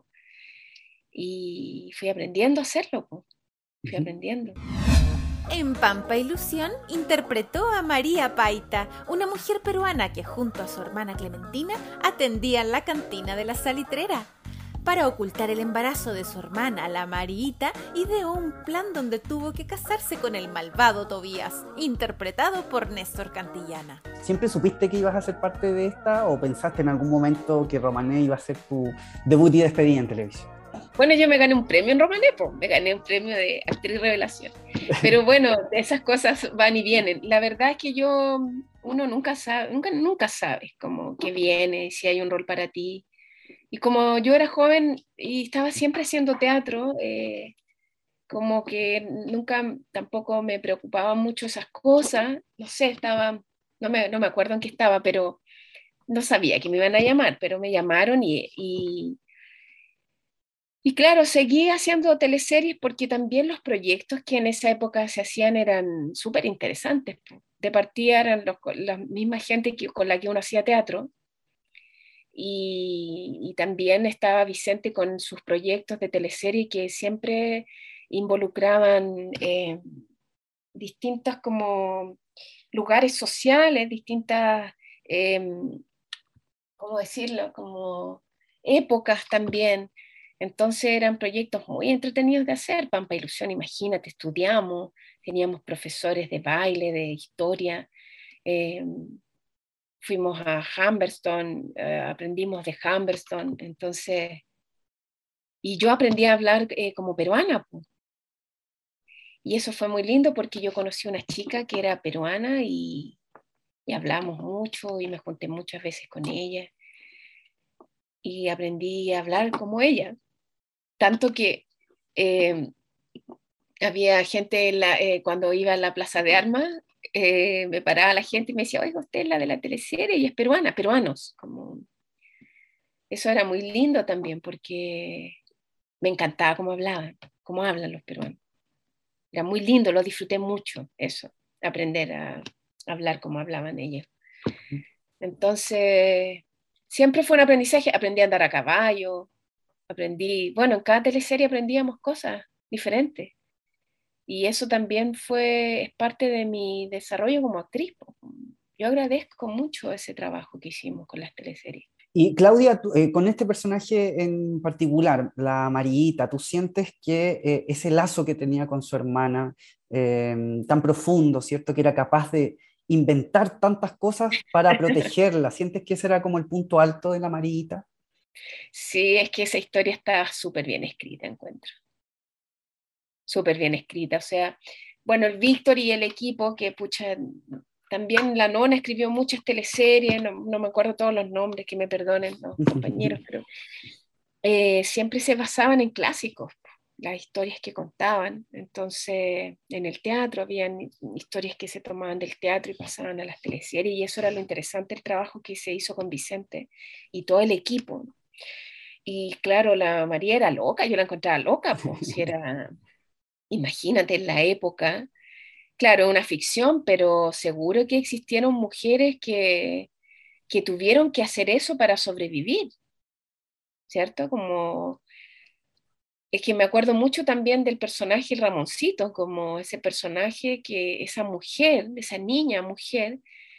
y fui aprendiendo a hacerlo, pues. Fui Uh-huh. aprendiendo. En Pampa Ilusión interpretó a María Paita, una mujer peruana que junto a su hermana Clementina atendía la cantina de la salitrera. Para ocultar el embarazo de su hermana, la Mariita, ideó un plan donde tuvo que casarse con el malvado Tobías, interpretado por Néstor Cantillana. ¿Siempre supiste que ibas a ser parte de esta o pensaste en algún momento que Romané iba a ser tu debut y despedida en televisión? Bueno, yo me gané un premio en Romané, pues, me gané un premio de actriz revelación. Pero bueno, esas cosas van y vienen. La verdad es que yo, uno nunca sabe, nunca, nunca sabes como que viene, si hay un rol para ti. Y como yo era joven y estaba siempre haciendo teatro, eh, como que nunca tampoco me preocupaban mucho esas cosas. No sé, estaba, no me, no me acuerdo en qué estaba, pero no sabía que me iban a llamar, pero me llamaron y, y, y claro, seguí haciendo teleseries porque también los proyectos que en esa época se hacían eran súper interesantes. De partida eran los, la misma gente que, con la que uno hacía teatro. Y, y también estaba Vicente con sus proyectos de teleserie que siempre involucraban eh, distintos como lugares sociales, distintas, eh, ¿cómo decirlo? Como épocas también. Entonces eran proyectos muy entretenidos de hacer. Pampa Ilusión, imagínate, estudiamos, teníamos profesores de baile, de historia. Eh, Fuimos a Humberstone, eh, aprendimos de Humberstone, entonces, y yo aprendí a hablar eh, como peruana, pues. Y eso fue muy lindo porque yo conocí a una chica que era peruana y, y hablamos mucho y me junté muchas veces con ella y aprendí a hablar como ella, tanto que eh, había gente en la, eh, cuando iba a la Plaza de Armas, eh, me paraba la gente y me decía, oiga, usted es la de la teleserie y es peruana, peruanos, como... Eso era muy lindo también porque me encantaba cómo hablaban, cómo hablan los peruanos. Era muy lindo, lo disfruté mucho, eso, aprender a hablar como hablaban ellos. Entonces, siempre fue un aprendizaje. Aprendí a andar a caballo, aprendí, bueno, en cada teleserie aprendíamos cosas diferentes. Y eso también fue, es parte de mi desarrollo como actriz. Yo agradezco mucho ese trabajo que hicimos con las teleseries. Y Claudia, tú, eh, con este personaje en particular, la Mariita, ¿tú sientes que eh, ese lazo que tenía con su hermana, eh, tan profundo, ¿cierto? Que era capaz de inventar tantas cosas para protegerla, ¿sientes que ese era como el punto alto de la Mariita? Sí, es que esa historia está súper bien escrita, encuentro. Súper bien escrita. O sea, bueno, el Víctor y el equipo, que pucha, también la nona escribió muchas teleseries, no, no me acuerdo todos los nombres, que me perdonen los compañeros, pero eh, siempre se basaban en clásicos, las historias que contaban. Entonces, en el teatro habían historias que se tomaban del teatro y pasaban a las teleseries, y eso era lo interesante, el trabajo que se hizo con Vicente y todo el equipo. Y claro, la María era loca, yo la encontraba loca, pues, si era, imagínate en la época, claro, una ficción, pero seguro que existieron mujeres que, que tuvieron que hacer eso para sobrevivir, ¿cierto? Como, es que me acuerdo mucho también del personaje Ramoncito, como ese personaje que, esa mujer, esa niña mujer,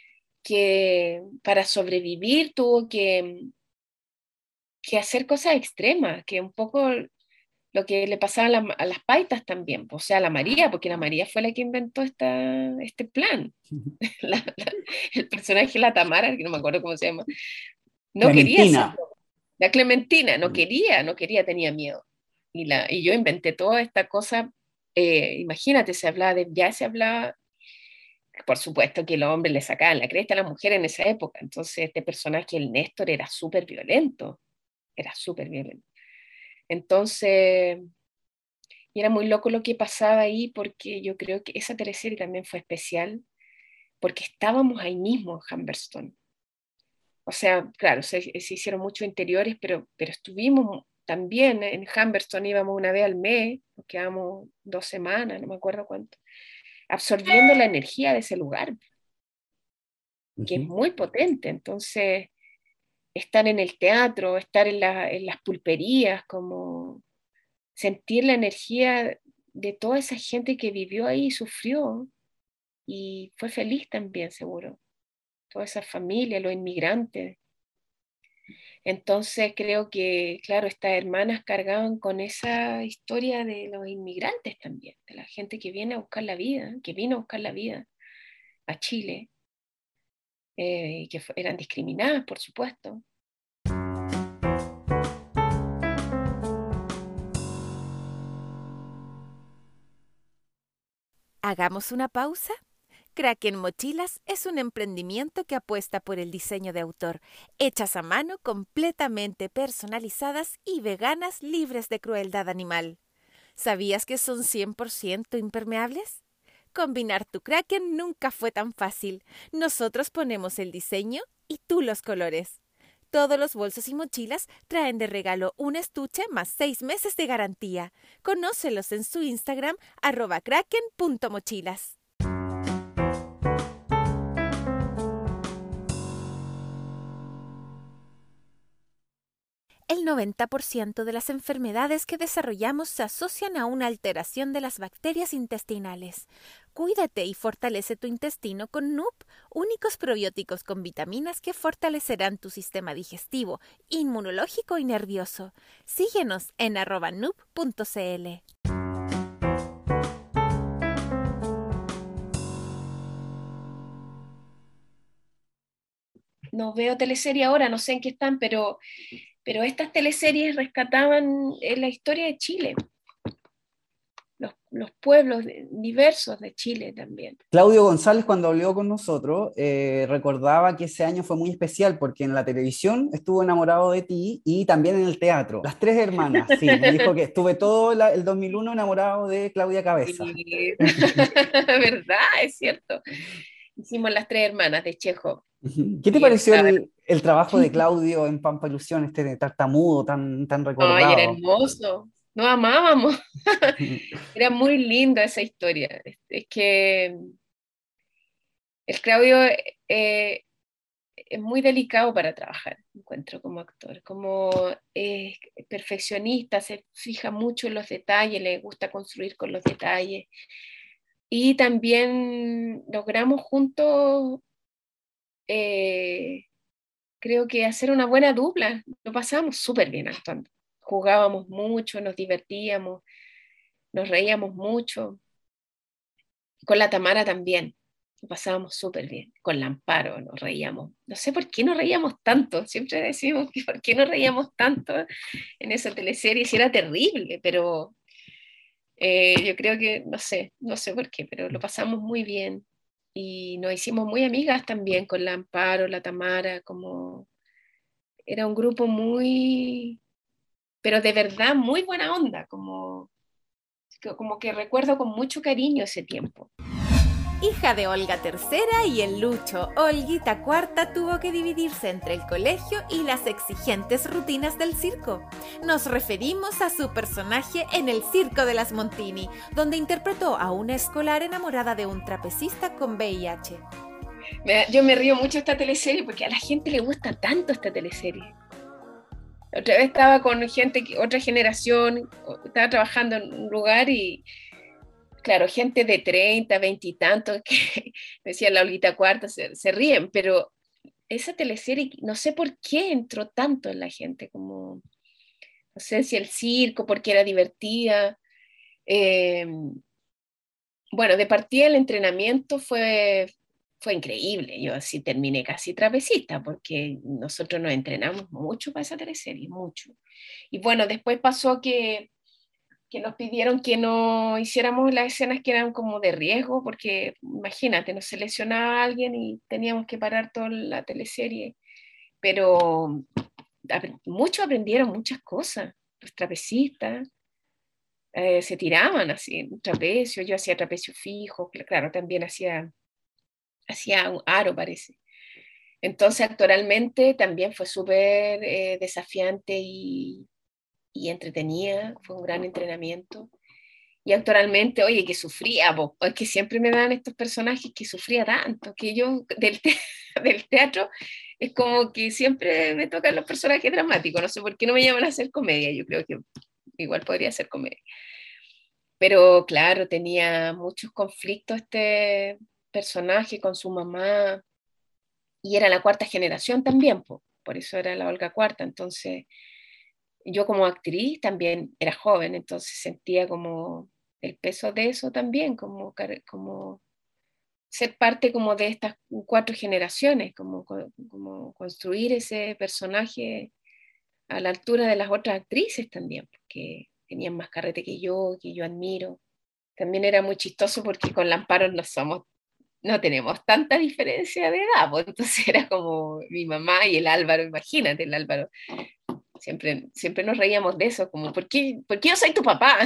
que para sobrevivir tuvo que, que hacer cosas extremas, que un poco lo que le pasaba a, la, a las paitas también, o sea, a la María, porque la María fue la que inventó esta, este plan. La, la, el personaje, la Tamara, que no me acuerdo cómo se llama, no quería Clementina. hacerlo. La Clementina, no quería, no quería, tenía miedo. Y, la, y yo inventé toda esta cosa, eh, imagínate, se hablaba de, ya se hablaba, por supuesto que los hombres le sacaban la cresta a las mujeres en esa época, entonces este personaje, el Néstor, era súper violento, era súper violento. Entonces, y era muy loco lo que pasaba ahí, porque yo creo que esa teleserie también fue especial, porque estábamos ahí mismo en Humberstone. O sea, claro, se, se hicieron muchos interiores, pero, pero estuvimos también en Humberstone, íbamos una vez al mes, nos quedamos dos semanas, no me acuerdo cuánto, absorbiendo la energía de ese lugar, que es Uh-huh. muy potente. Entonces, estar en el teatro, estar en, la, en las pulperías, como sentir la energía de toda esa gente que vivió ahí y sufrió y fue feliz también, seguro. Toda esa familia, los inmigrantes. Entonces creo que, claro, estas hermanas cargaban con esa historia de los inmigrantes también, de la gente que viene a buscar la vida, que vino a buscar la vida a Chile, eh, y que eran discriminadas, por supuesto. ¿Hagamos una pausa? Kraken Mochilas es un emprendimiento que apuesta por el diseño de autor, hechas a mano, completamente personalizadas y veganas, libres de crueldad animal. ¿Sabías que son cien por ciento impermeables? Combinar tu Kraken nunca fue tan fácil. Nosotros ponemos el diseño y tú los colores. Todos los bolsos y mochilas traen de regalo un estuche más seis meses de garantía. Conócelos en su Instagram, arroba kraken punto mochilas. El noventa por ciento de las enfermedades que desarrollamos se asocian a una alteración de las bacterias intestinales. Cuídate y fortalece tu intestino con N U P, únicos probióticos con vitaminas que fortalecerán tu sistema digestivo, inmunológico y nervioso. Síguenos en arroba nup punto cl. No veo teleserie ahora, no sé en qué están, pero, pero estas teleseries rescataban la historia de Chile. Los, los pueblos diversos de Chile también. Claudio González, cuando habló con nosotros, eh, recordaba que ese año fue muy especial porque en la televisión estuvo enamorado de ti y también en el teatro. Las tres hermanas, sí, me dijo que estuve todo la, el dos mil uno enamorado de Claudia Cabeza. Sí. ¿Verdad? Es cierto. Hicimos Las Tres Hermanas de Chekhov. ¿Qué te Y él pareció estaba... el, el trabajo de Claudio en Pampa Ilusión, este tartamudo tan, tan Ay, era recordado? hermoso. Nos amábamos. Era muy linda esa historia. Es, es que el Claudio eh, es muy delicado para trabajar, encuentro, como actor. Como es perfeccionista, se fija mucho en los detalles, le gusta construir con los detalles. Y también logramos juntos, eh, creo que hacer una buena dupla. Lo pasábamos súper bien actuando. Jugábamos mucho, nos divertíamos, nos reíamos mucho. Con la Tamara también. Lo pasábamos súper bien. Con Lamparo nos reíamos. No sé por qué nos reíamos tanto. Siempre decimos que por qué nos reíamos tanto en esa teleserie. Si era terrible, pero eh, yo creo que, no sé, no sé por qué, pero lo pasamos muy bien. Y nos hicimos muy amigas también con la Amparo, la Tamara, como era un grupo muy, pero de verdad muy buena onda, como, como que recuerdo con mucho cariño ese tiempo. Hija de Olga tercera y el Lucho, Olguita cuarta tuvo que dividirse entre el colegio y las exigentes rutinas del circo. Nos referimos a su personaje en el Circo de las Montini, donde interpretó a una escolar enamorada de un trapecista con V I H. Yo me río mucho de esta teleserie porque a la gente le gusta tanto esta teleserie. Otra vez estaba con gente, otra generación, estaba trabajando en un lugar y claro, gente de treinta, veinte y tantos, que decía la Olguita Cuarta, se, se ríen, pero esa teleserie, no sé por qué entró tanto en la gente, como, no sé si el circo, porque era divertida. Eh, bueno, de partida el entrenamiento fue, fue increíble, yo así terminé casi trapecista, porque nosotros nos entrenamos mucho para esa teleserie, mucho. Y bueno, después pasó que que nos pidieron que no hiciéramos las escenas que eran como de riesgo, porque imagínate, nos seleccionaba alguien y teníamos que parar toda la teleserie, pero muchos aprendieron muchas cosas, los trapecistas eh, se tiraban así, un trapecio, yo hacía trapecio fijo, claro, también hacía, hacía un aro parece. Entonces actoralmente también fue súper eh, desafiante y, y entretenida, fue un gran entrenamiento. Y actualmente, oye, que sufría, po, es que siempre me dan estos personajes que sufría tanto, que yo del, te del teatro es como que siempre me tocan los personajes dramáticos, no sé por qué no me llaman a hacer comedia, yo creo que igual podría ser comedia. Pero claro, tenía muchos conflictos este personaje con su mamá, y era la cuarta generación también, po, por eso era la Olga Cuarta, entonces yo como actriz también era joven, entonces sentía como el peso de eso también, como, como ser parte como de estas cuatro generaciones, como, como construir ese personaje a la altura de las otras actrices también, porque tenían más carrete que yo, que yo admiro. También era muy chistoso porque con Lamparo no somos, no tenemos tanta diferencia de edad, pues entonces era como mi mamá y el Álvaro, imagínate el Álvaro. Siempre, siempre nos reíamos de eso, como, ¿por qué, ¿por qué yo soy tu papá?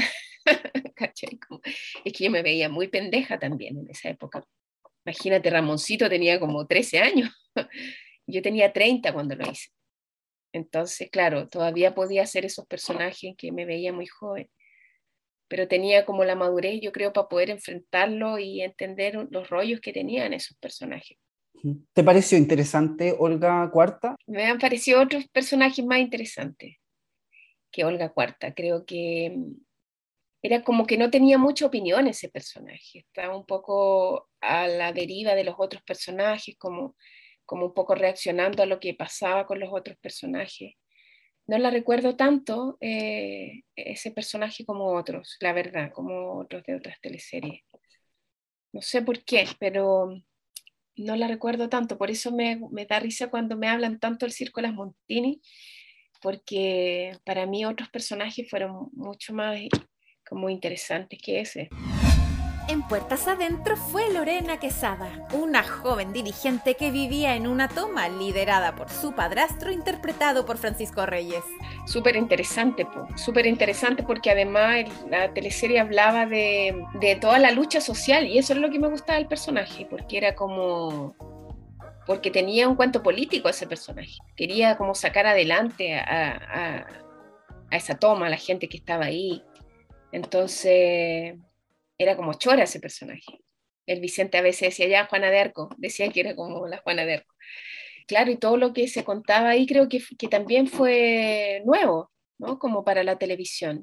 Como, es que yo me veía muy pendeja también en esa época. Imagínate, Ramoncito tenía como trece años, yo tenía treinta cuando lo hice. Entonces, claro, todavía podía hacer esos personajes que me veía muy joven, pero tenía como la madurez, yo creo, para poder enfrentarlo y entender los rollos que tenían esos personajes. ¿Te pareció interesante Olga Cuarta? Me han parecido otros personajes más interesantes que Olga Cuarta. Creo que era como que no tenía mucha opinión ese personaje. Estaba un poco a la deriva de los otros personajes, como, como un poco reaccionando a lo que pasaba con los otros personajes. No la recuerdo tanto eh, ese personaje como otros, la verdad, como otros de otras teleseries. No sé por qué, pero no la recuerdo tanto, por eso me, me da risa cuando me hablan tanto del Circo de las Montini, porque para mí otros personajes fueron mucho más como interesantes que ese. En Puertas Adentro fue Lorena Quesada, una joven dirigente que vivía en una toma liderada por su padrastro, interpretado por Francisco Reyes. Súper interesante, súper interesante porque además la teleserie hablaba de, de toda la lucha social y eso es lo que me gustaba del personaje, porque era como... porque tenía un cuento político ese personaje, quería como sacar adelante a, a, a esa toma, a la gente que estaba ahí, entonces... era como chora ese personaje. El Vicente a veces decía, ya, Juana de Arco, decía que era como la Juana de Arco. Claro, y todo lo que se contaba ahí creo que, que también fue nuevo, ¿no? Como para la televisión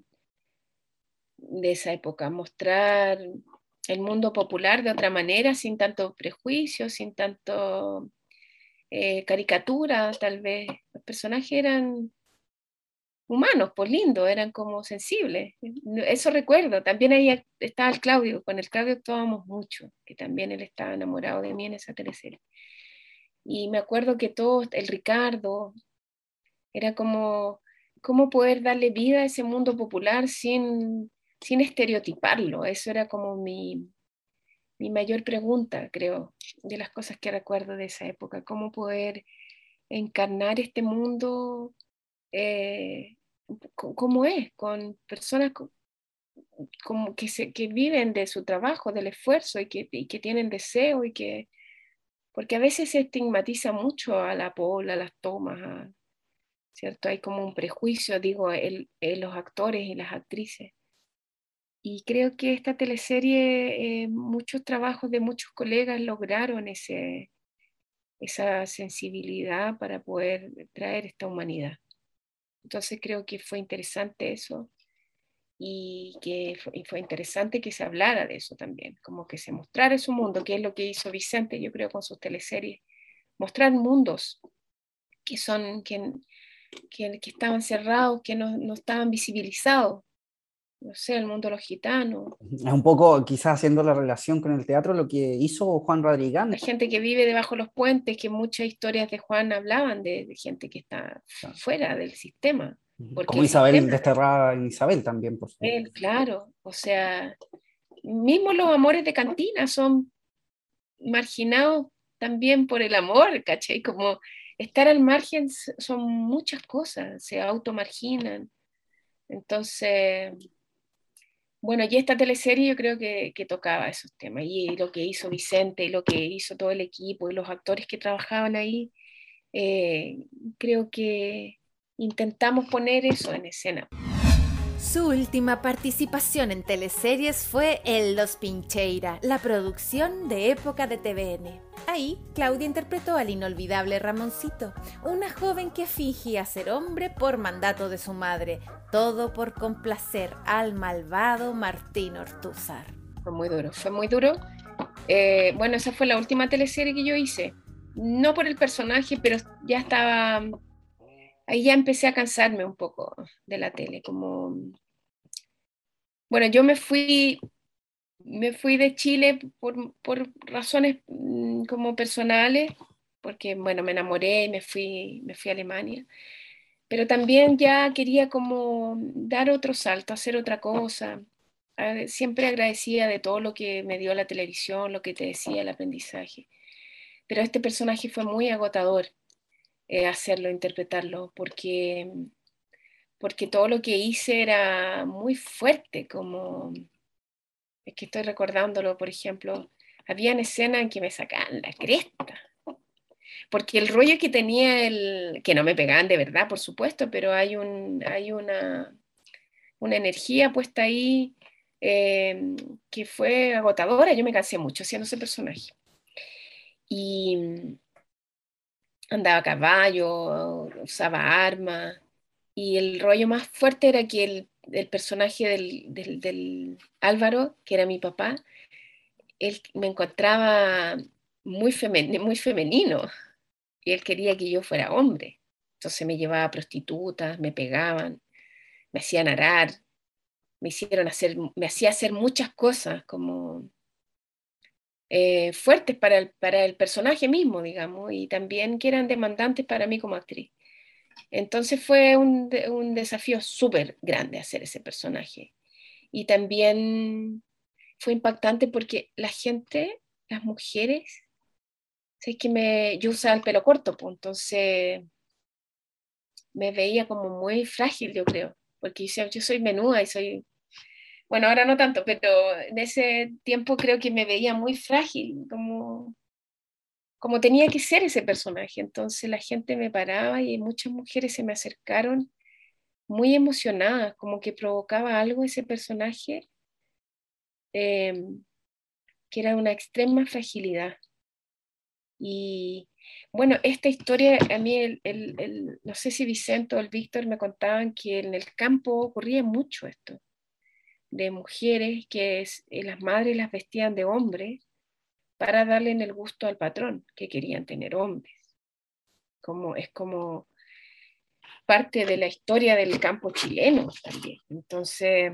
de esa época, mostrar el mundo popular de otra manera, sin tanto prejuicio, sin tanto eh, caricatura, tal vez. Los personajes eran, humanos, pues lindos, eran como sensibles. Eso recuerdo. También ahí estaba el Claudio, con el Claudio actuábamos mucho, que también él estaba enamorado de mí en esa teleserie. Y me acuerdo que todos, el Ricardo, era como, cómo poder darle vida a ese mundo popular sin, sin estereotiparlo. Eso era como mi, mi mayor pregunta, creo, de las cosas que recuerdo de esa época. Cómo poder encarnar este mundo eh, como es, con personas co- como que, se, que viven de su trabajo, del esfuerzo y que, y que tienen deseo y que, porque a veces se estigmatiza mucho a la pola, a las tomas, a- ¿cierto? Hay como un prejuicio, digo, en, en los actores y las actrices. Y creo que esta teleserie, eh, muchos trabajos de muchos colegas lograron ese, esa sensibilidad para poder traer esta humanidad. Entonces creo que fue interesante eso y que fue, y fue interesante que se hablara de eso también, como que se mostrara su mundo, que es lo que hizo Vicente, yo creo, con sus teleseries, mostrar mundos que son, que, que, que estaban cerrados, que no, no estaban visibilizados, no sé, el mundo de los gitanos, Es un poco, quizás haciendo la relación con el teatro, lo que hizo Juan Radrigán. la gente que vive debajo de los puentes, que muchas historias de Juan hablaban de, de gente que está fuera del sistema. Porque Como el Isabel, sistema, desterrada en Isabel también, por supuesto. él, claro, o sea, mismo los amores de cantina son marginados también por el amor, ¿cachai? Como estar al margen son muchas cosas, se automarginan. Entonces, bueno, y esta teleserie yo creo que, que tocaba esos temas, y lo que hizo Vicente, y lo que hizo todo el equipo, y los actores que trabajaban ahí, eh, creo que intentamos poner eso en escena. Su última participación en teleseries fue en Los Pincheira, la producción de época de T V N. Ahí, Claudia interpretó al inolvidable Ramoncito, una joven que fingía ser hombre por mandato de su madre, todo por complacer al malvado Martín Ortúzar. Fue muy duro, fue muy duro. Eh, bueno, esa fue la última teleserie que yo hice. No por el personaje, pero ya estaba... Ahí ya empecé a cansarme un poco de la tele, como... Bueno, yo me fui, me fui de Chile por, por razones mm, como personales, porque, bueno, me enamoré y me fui, me fui a Alemania, pero también ya quería como dar otro salto, hacer otra cosa. A- Siempre agradecida de todo lo que me dio la televisión, lo que te decía, el aprendizaje. Pero este personaje fue muy agotador eh, hacerlo, interpretarlo, porque porque todo lo que hice era muy fuerte, como, es que estoy recordándolo, por ejemplo, había escenas en que me sacaban la cresta, porque el rollo que tenía, el, que no me pegaban de verdad, por supuesto, pero hay, un, hay una, una energía puesta ahí eh, que fue agotadora, yo me cansé mucho haciendo ese personaje. Y andaba a caballo, usaba armas, y el rollo más fuerte era que el, el personaje del, del, del Álvaro, que era mi papá, él me encontraba muy, femen muy femenino, y él quería que yo fuera hombre. Entonces me llevaba a prostitutas, me pegaban, me hacían arar, me hicieron hacer, me hacía hacer muchas cosas como eh, fuertes para el, para el personaje mismo, digamos, y también que eran demandantes para mí como actriz. Entonces fue un, un desafío súper grande hacer ese personaje. Y también fue impactante porque la gente, las mujeres, sé que me, yo usaba el pelo corto, pues, entonces me veía como muy frágil, yo creo, porque yo, yo soy menuda y soy, bueno, ahora no tanto, pero en ese tiempo creo que me veía muy frágil, como, como tenía que ser ese personaje. Entonces la gente me paraba y muchas mujeres se me acercaron muy emocionada, como que provocaba algo ese personaje, eh, que era una extrema fragilidad. Y bueno, esta historia, a mí, el, el, el, no sé si Vicente o el Víctor me contaban que en el campo ocurría mucho esto, de mujeres que es, eh, las madres las vestían de hombres para darle en el gusto al patrón, que querían tener hombres. Como, es como parte de la historia del campo chileno también. Entonces,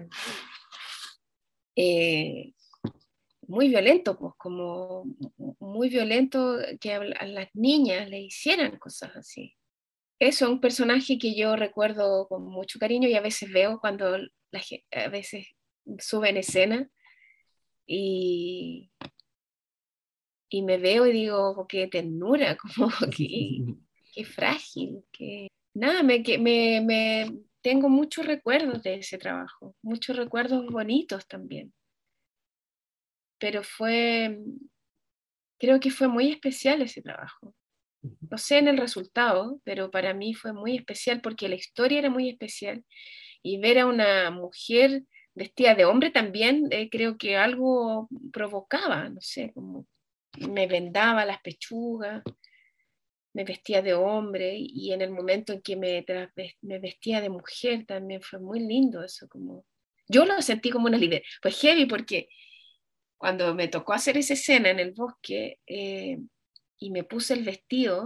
eh, muy violento, pues, como muy violento que a las niñas le hicieran cosas así. Eso es un personaje que yo recuerdo con mucho cariño y a veces veo cuando la, a veces suben escena y, y me veo y digo, qué ternura, como que, qué frágil, que nada, me, que, me, me tengo muchos recuerdos de ese trabajo, muchos recuerdos bonitos también. Pero fue, creo que fue muy especial ese trabajo. No sé en el resultado, pero para mí fue muy especial porque la historia era muy especial y ver a una mujer vestida de hombre también, eh, creo que algo provocaba, no sé, como me vendaba las pechugas, me vestía de hombre y en el momento en que me, me vestía de mujer también fue muy lindo eso, como yo lo sentí como una liberación, pues heavy porque cuando me tocó hacer esa escena en el bosque eh, y me puse el vestido,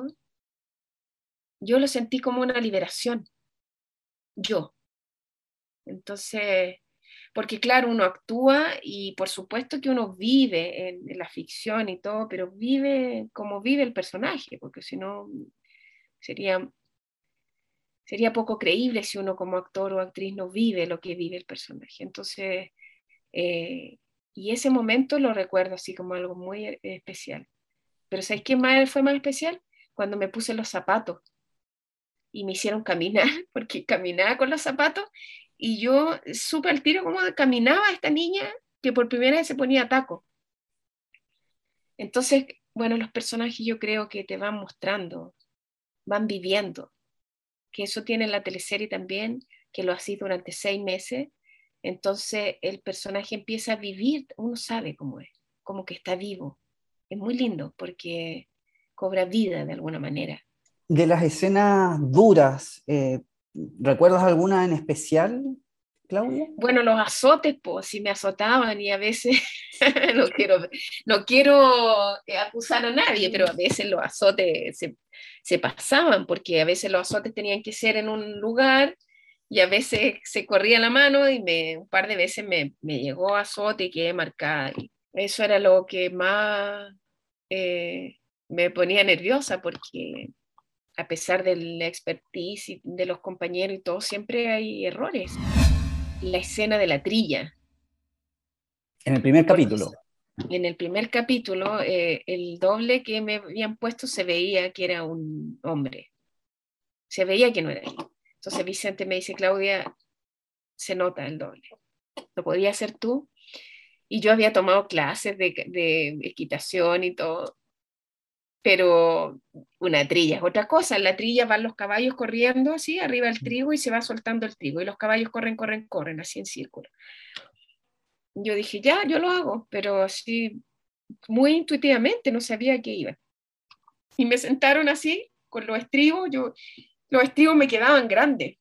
yo lo sentí como una liberación, yo. Entonces, porque claro, uno actúa y por supuesto que uno vive en, en la ficción y todo, pero vive como vive el personaje, porque si no sería, sería poco creíble si uno como actor o actriz no vive lo que vive el personaje. Entonces, eh, y ese momento lo recuerdo así como algo muy eh, especial. Pero ¿sabes qué más fue más especial? Cuando me puse los zapatos y me hicieron caminar, porque caminaba con los zapatos y yo supe al tiro cómo caminaba esta niña que por primera vez se ponía taco. Entonces, bueno, los personajes yo creo que te van mostrando, van viviendo, que eso tiene la teleserie también, que lo así durante seis meses. Entonces el personaje empieza a vivir, uno sabe cómo es, como que está vivo. Es muy lindo porque cobra vida de alguna manera. De las escenas duras, eh, ¿recuerdas alguna en especial, Claudia? Bueno, los azotes, pues sí me azotaban y a veces, no quiero, no quiero acusar a nadie, pero a veces los azotes se, se pasaban, porque a veces los azotes tenían que ser en un lugar y a veces se corría la mano y me, un par de veces me, me llegó azote y quedé marcada. Y eso era lo que más eh, me ponía nerviosa, porque a pesar del expertise y de los compañeros y todo, siempre hay errores. La escena de la trilla. En el primer capítulo. En el primer capítulo, eh, el doble que me habían puesto se veía que era un hombre. Se veía que no era él. Entonces Vicente me dice, Claudia, se nota el doble. ¿Lo podías hacer tú? Y yo había tomado clases de, de equitación y todo, pero una trilla es otra cosa. En la trilla van los caballos corriendo así, arriba del trigo y se va soltando el trigo. Y los caballos corren, corren, corren, así en círculo. Yo dije, ya, yo lo hago, pero así, muy intuitivamente, no sabía qué iba. Y me sentaron así, con los estribos, yo, los estribos me quedaban grandes.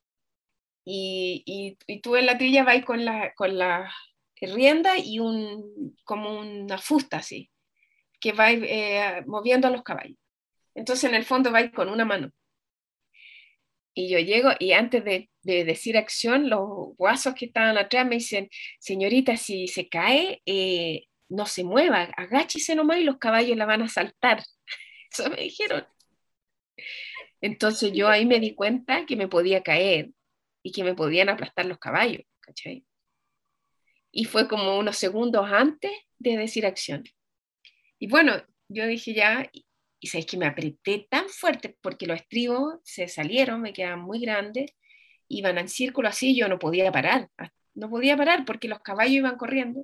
Y, y, y tú en la trilla vas con la, con la rienda y un, como una fusta así, que va eh, moviendo a los caballos. Entonces en el fondo vais con una mano. Y yo llego y antes de, de decir acción, los guasos que estaban atrás me dicen, señorita, si se cae, eh, no se mueva, agáchese nomás y los caballos la van a saltar. Eso me dijeron. Entonces yo ahí me di cuenta que me podía caer y que me podían aplastar los caballos, ¿cachai? Y fue como unos segundos antes de decir acción. Y bueno, yo dije ya, y sabéis que me apreté tan fuerte porque los estribos se salieron, me quedaban muy grandes, iban en círculo así, yo no podía parar, no podía parar porque los caballos iban corriendo.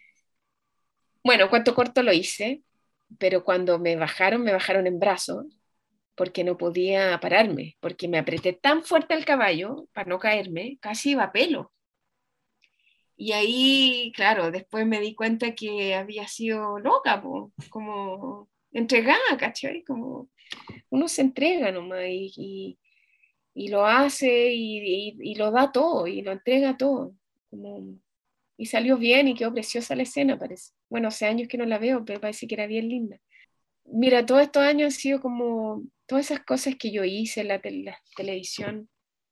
Bueno, cuento corto lo hice, pero cuando me bajaron, me bajaron en brazos, porque no podía pararme, porque me apreté tan fuerte al caballo para no caerme, casi iba a pelo. Y ahí, claro, después me di cuenta que había sido loca, po, como entregada, ¿cachai? Como uno se entrega nomás y, y, y lo hace y, y, y lo da todo y lo entrega todo. Como, y salió bien y quedó preciosa la escena, parece. Bueno, hace años que no la veo, pero parece que era bien linda. Mira, todos estos años han sido como, todas esas cosas que yo hice en la, te- la televisión,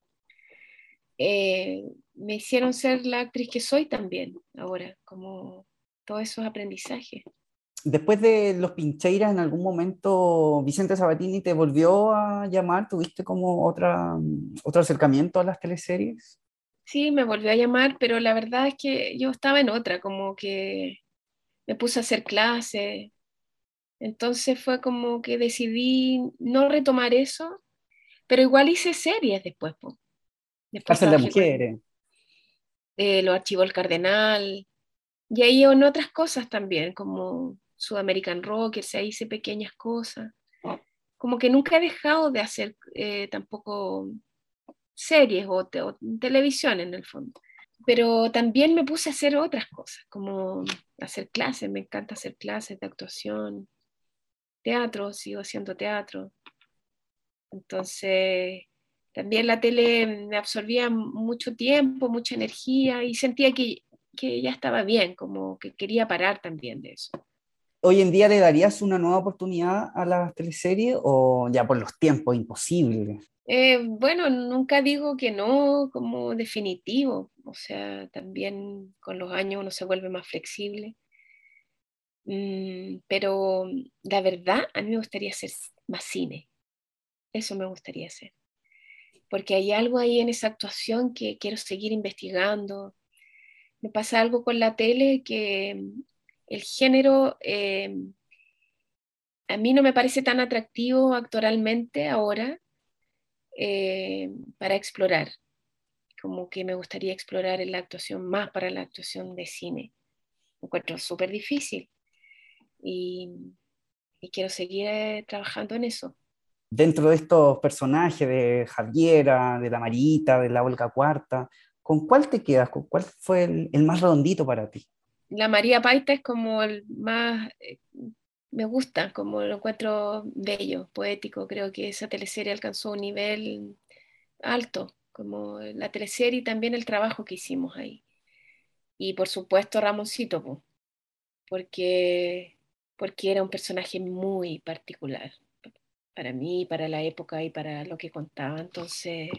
eh, me hicieron ser la actriz que soy también ahora, como todos esos aprendizajes. Después de Los Pincheiras, en algún momento Vicente Sabatini te volvió a llamar, ¿tuviste como otra, otro acercamiento a las teleseries? Sí, me volvió a llamar, pero la verdad es que yo estaba en otra, como que me puse a hacer clases, entonces fue como que decidí no retomar eso, pero igual hice series después, po. Después Cárcel de trabajé con Mujeres. eh, los archivos del Cardenal, y ahí en otras cosas también, como Sudamerican Rockers, ahí hice pequeñas cosas. Como que nunca he dejado de hacer eh, tampoco series o, te- o televisión en el fondo. Pero también me puse a hacer otras cosas, como hacer clases, me encanta hacer clases de actuación, teatro, sigo haciendo teatro. Entonces, también la tele me absorbía mucho tiempo, mucha energía y sentía que, que ya estaba bien, como que quería parar también de eso. ¿Hoy en día le darías una nueva oportunidad a las teleseries o ya por los tiempos imposible? Eh, bueno, nunca digo que no como definitivo, o sea, también con los años uno se vuelve más flexible. Mm, pero la verdad, a mí me gustaría hacer más cine, eso me gustaría hacer, porque hay algo ahí en esa actuación que quiero seguir investigando. Me pasa algo con la tele que mm, el género eh, a mí no me parece tan atractivo actoralmente ahora eh, para explorar. Como que me gustaría explorar en la actuación más para la actuación de cine. Me encuentro súper difícil y, y quiero seguir eh, trabajando en eso. Dentro de estos personajes de Javiera, de la Marita, de la Olga Cuarta, ¿con cuál te quedas? ¿Con cuál fue el, el más redondito para ti? La María Paita es como el más, eh, me gusta, como lo encuentro bello, poético. Creo que esa teleserie alcanzó un nivel alto, como la teleserie y también el trabajo que hicimos ahí. Y por supuesto Ramoncito, po, porque, porque era un personaje muy particular para mí, para la época y para lo que contaba. Entonces,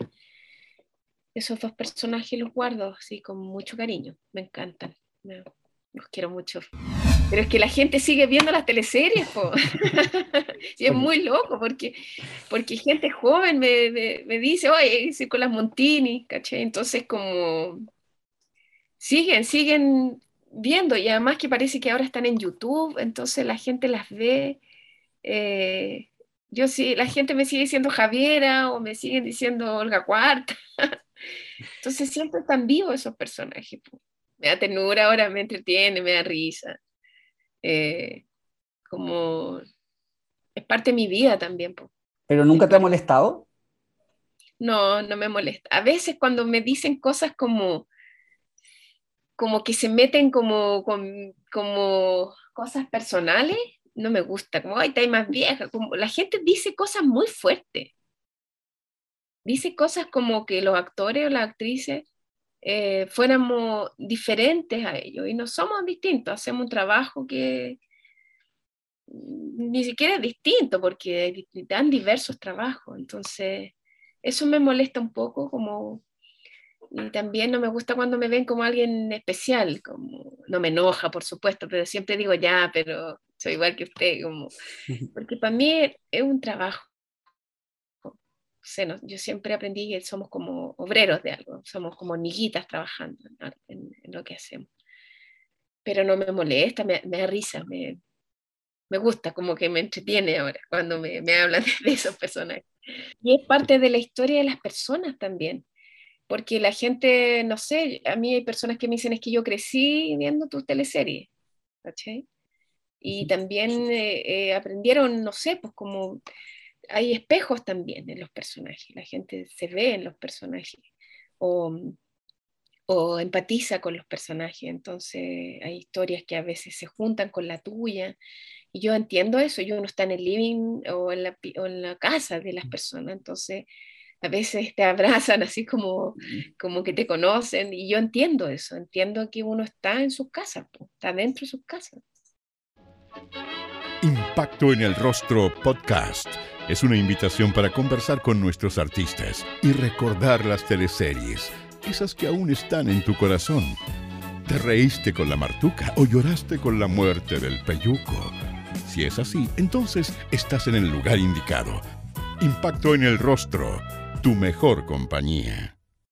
esos dos personajes los guardo así con mucho cariño, me encantan, me- los quiero mucho. Pero es que la gente sigue viendo las teleseries, po. Y es Porque muy loco porque, porque gente joven me, me, me dice, oye, hice con las Montini, ¿cachai? Entonces como siguen, siguen viendo y además que parece que ahora están en YouTube, entonces la gente las ve. eh, yo sí, la gente me sigue diciendo Javiera o me siguen diciendo Olga Cuarta. Entonces siempre están vivos esos personajes, po. Me da ternura ahora, me entretiene, me da risa. Eh, como es parte de mi vida también, po. ¿pero Es nunca te ha parte. molestado? No, no me molesta. A veces cuando me dicen cosas como, como que se meten como, con- como cosas personales, no me gusta. Como, ay, está ahí más vieja. Como, la gente dice cosas muy fuertes. Dice cosas como que los actores o las actrices eh, fuéramos diferentes a ellos y no somos distintos. Hacemos un trabajo que ni siquiera es distinto porque hay tan diversos trabajos. Entonces, eso me molesta un poco como. Y también no me gusta cuando me ven como alguien especial, como no me enoja, por supuesto, pero siempre digo ya, pero soy igual que usted, como, porque para mí es un trabajo. O sea, no, yo siempre aprendí que somos como obreros de algo, somos como hormiguitas trabajando en, en- en lo que hacemos. Pero no me molesta, me, me da risa, me, me gusta, como que me entretiene ahora cuando me, me hablan de, de esos personajes. Y es parte de la historia de las personas también. Porque la gente, no sé, a mí hay personas que me dicen es que yo crecí viendo tus teleseries, ¿cachai? Y también eh, eh, aprendieron, no sé, pues como hay espejos también en los personajes, la gente se ve en los personajes o, o empatiza con los personajes, entonces hay historias que a veces se juntan con la tuya, y yo entiendo eso, yo no está en el living o en la, pi- o en la casa de las personas, entonces a veces te abrazan así como, como que te conocen y yo entiendo eso, entiendo que uno está en sus casas, po, está dentro de sus casas. Impacto Impacto en el Rostro Podcast es una invitación para conversar con nuestros artistas y recordar las teleseries, esas que aún están en tu corazón. ¿Te reíste con la Martuca o lloraste con la muerte del Peyuco? Si es así, entonces estás en el lugar indicado. Impacto en el Rostro, tu mejor compañía.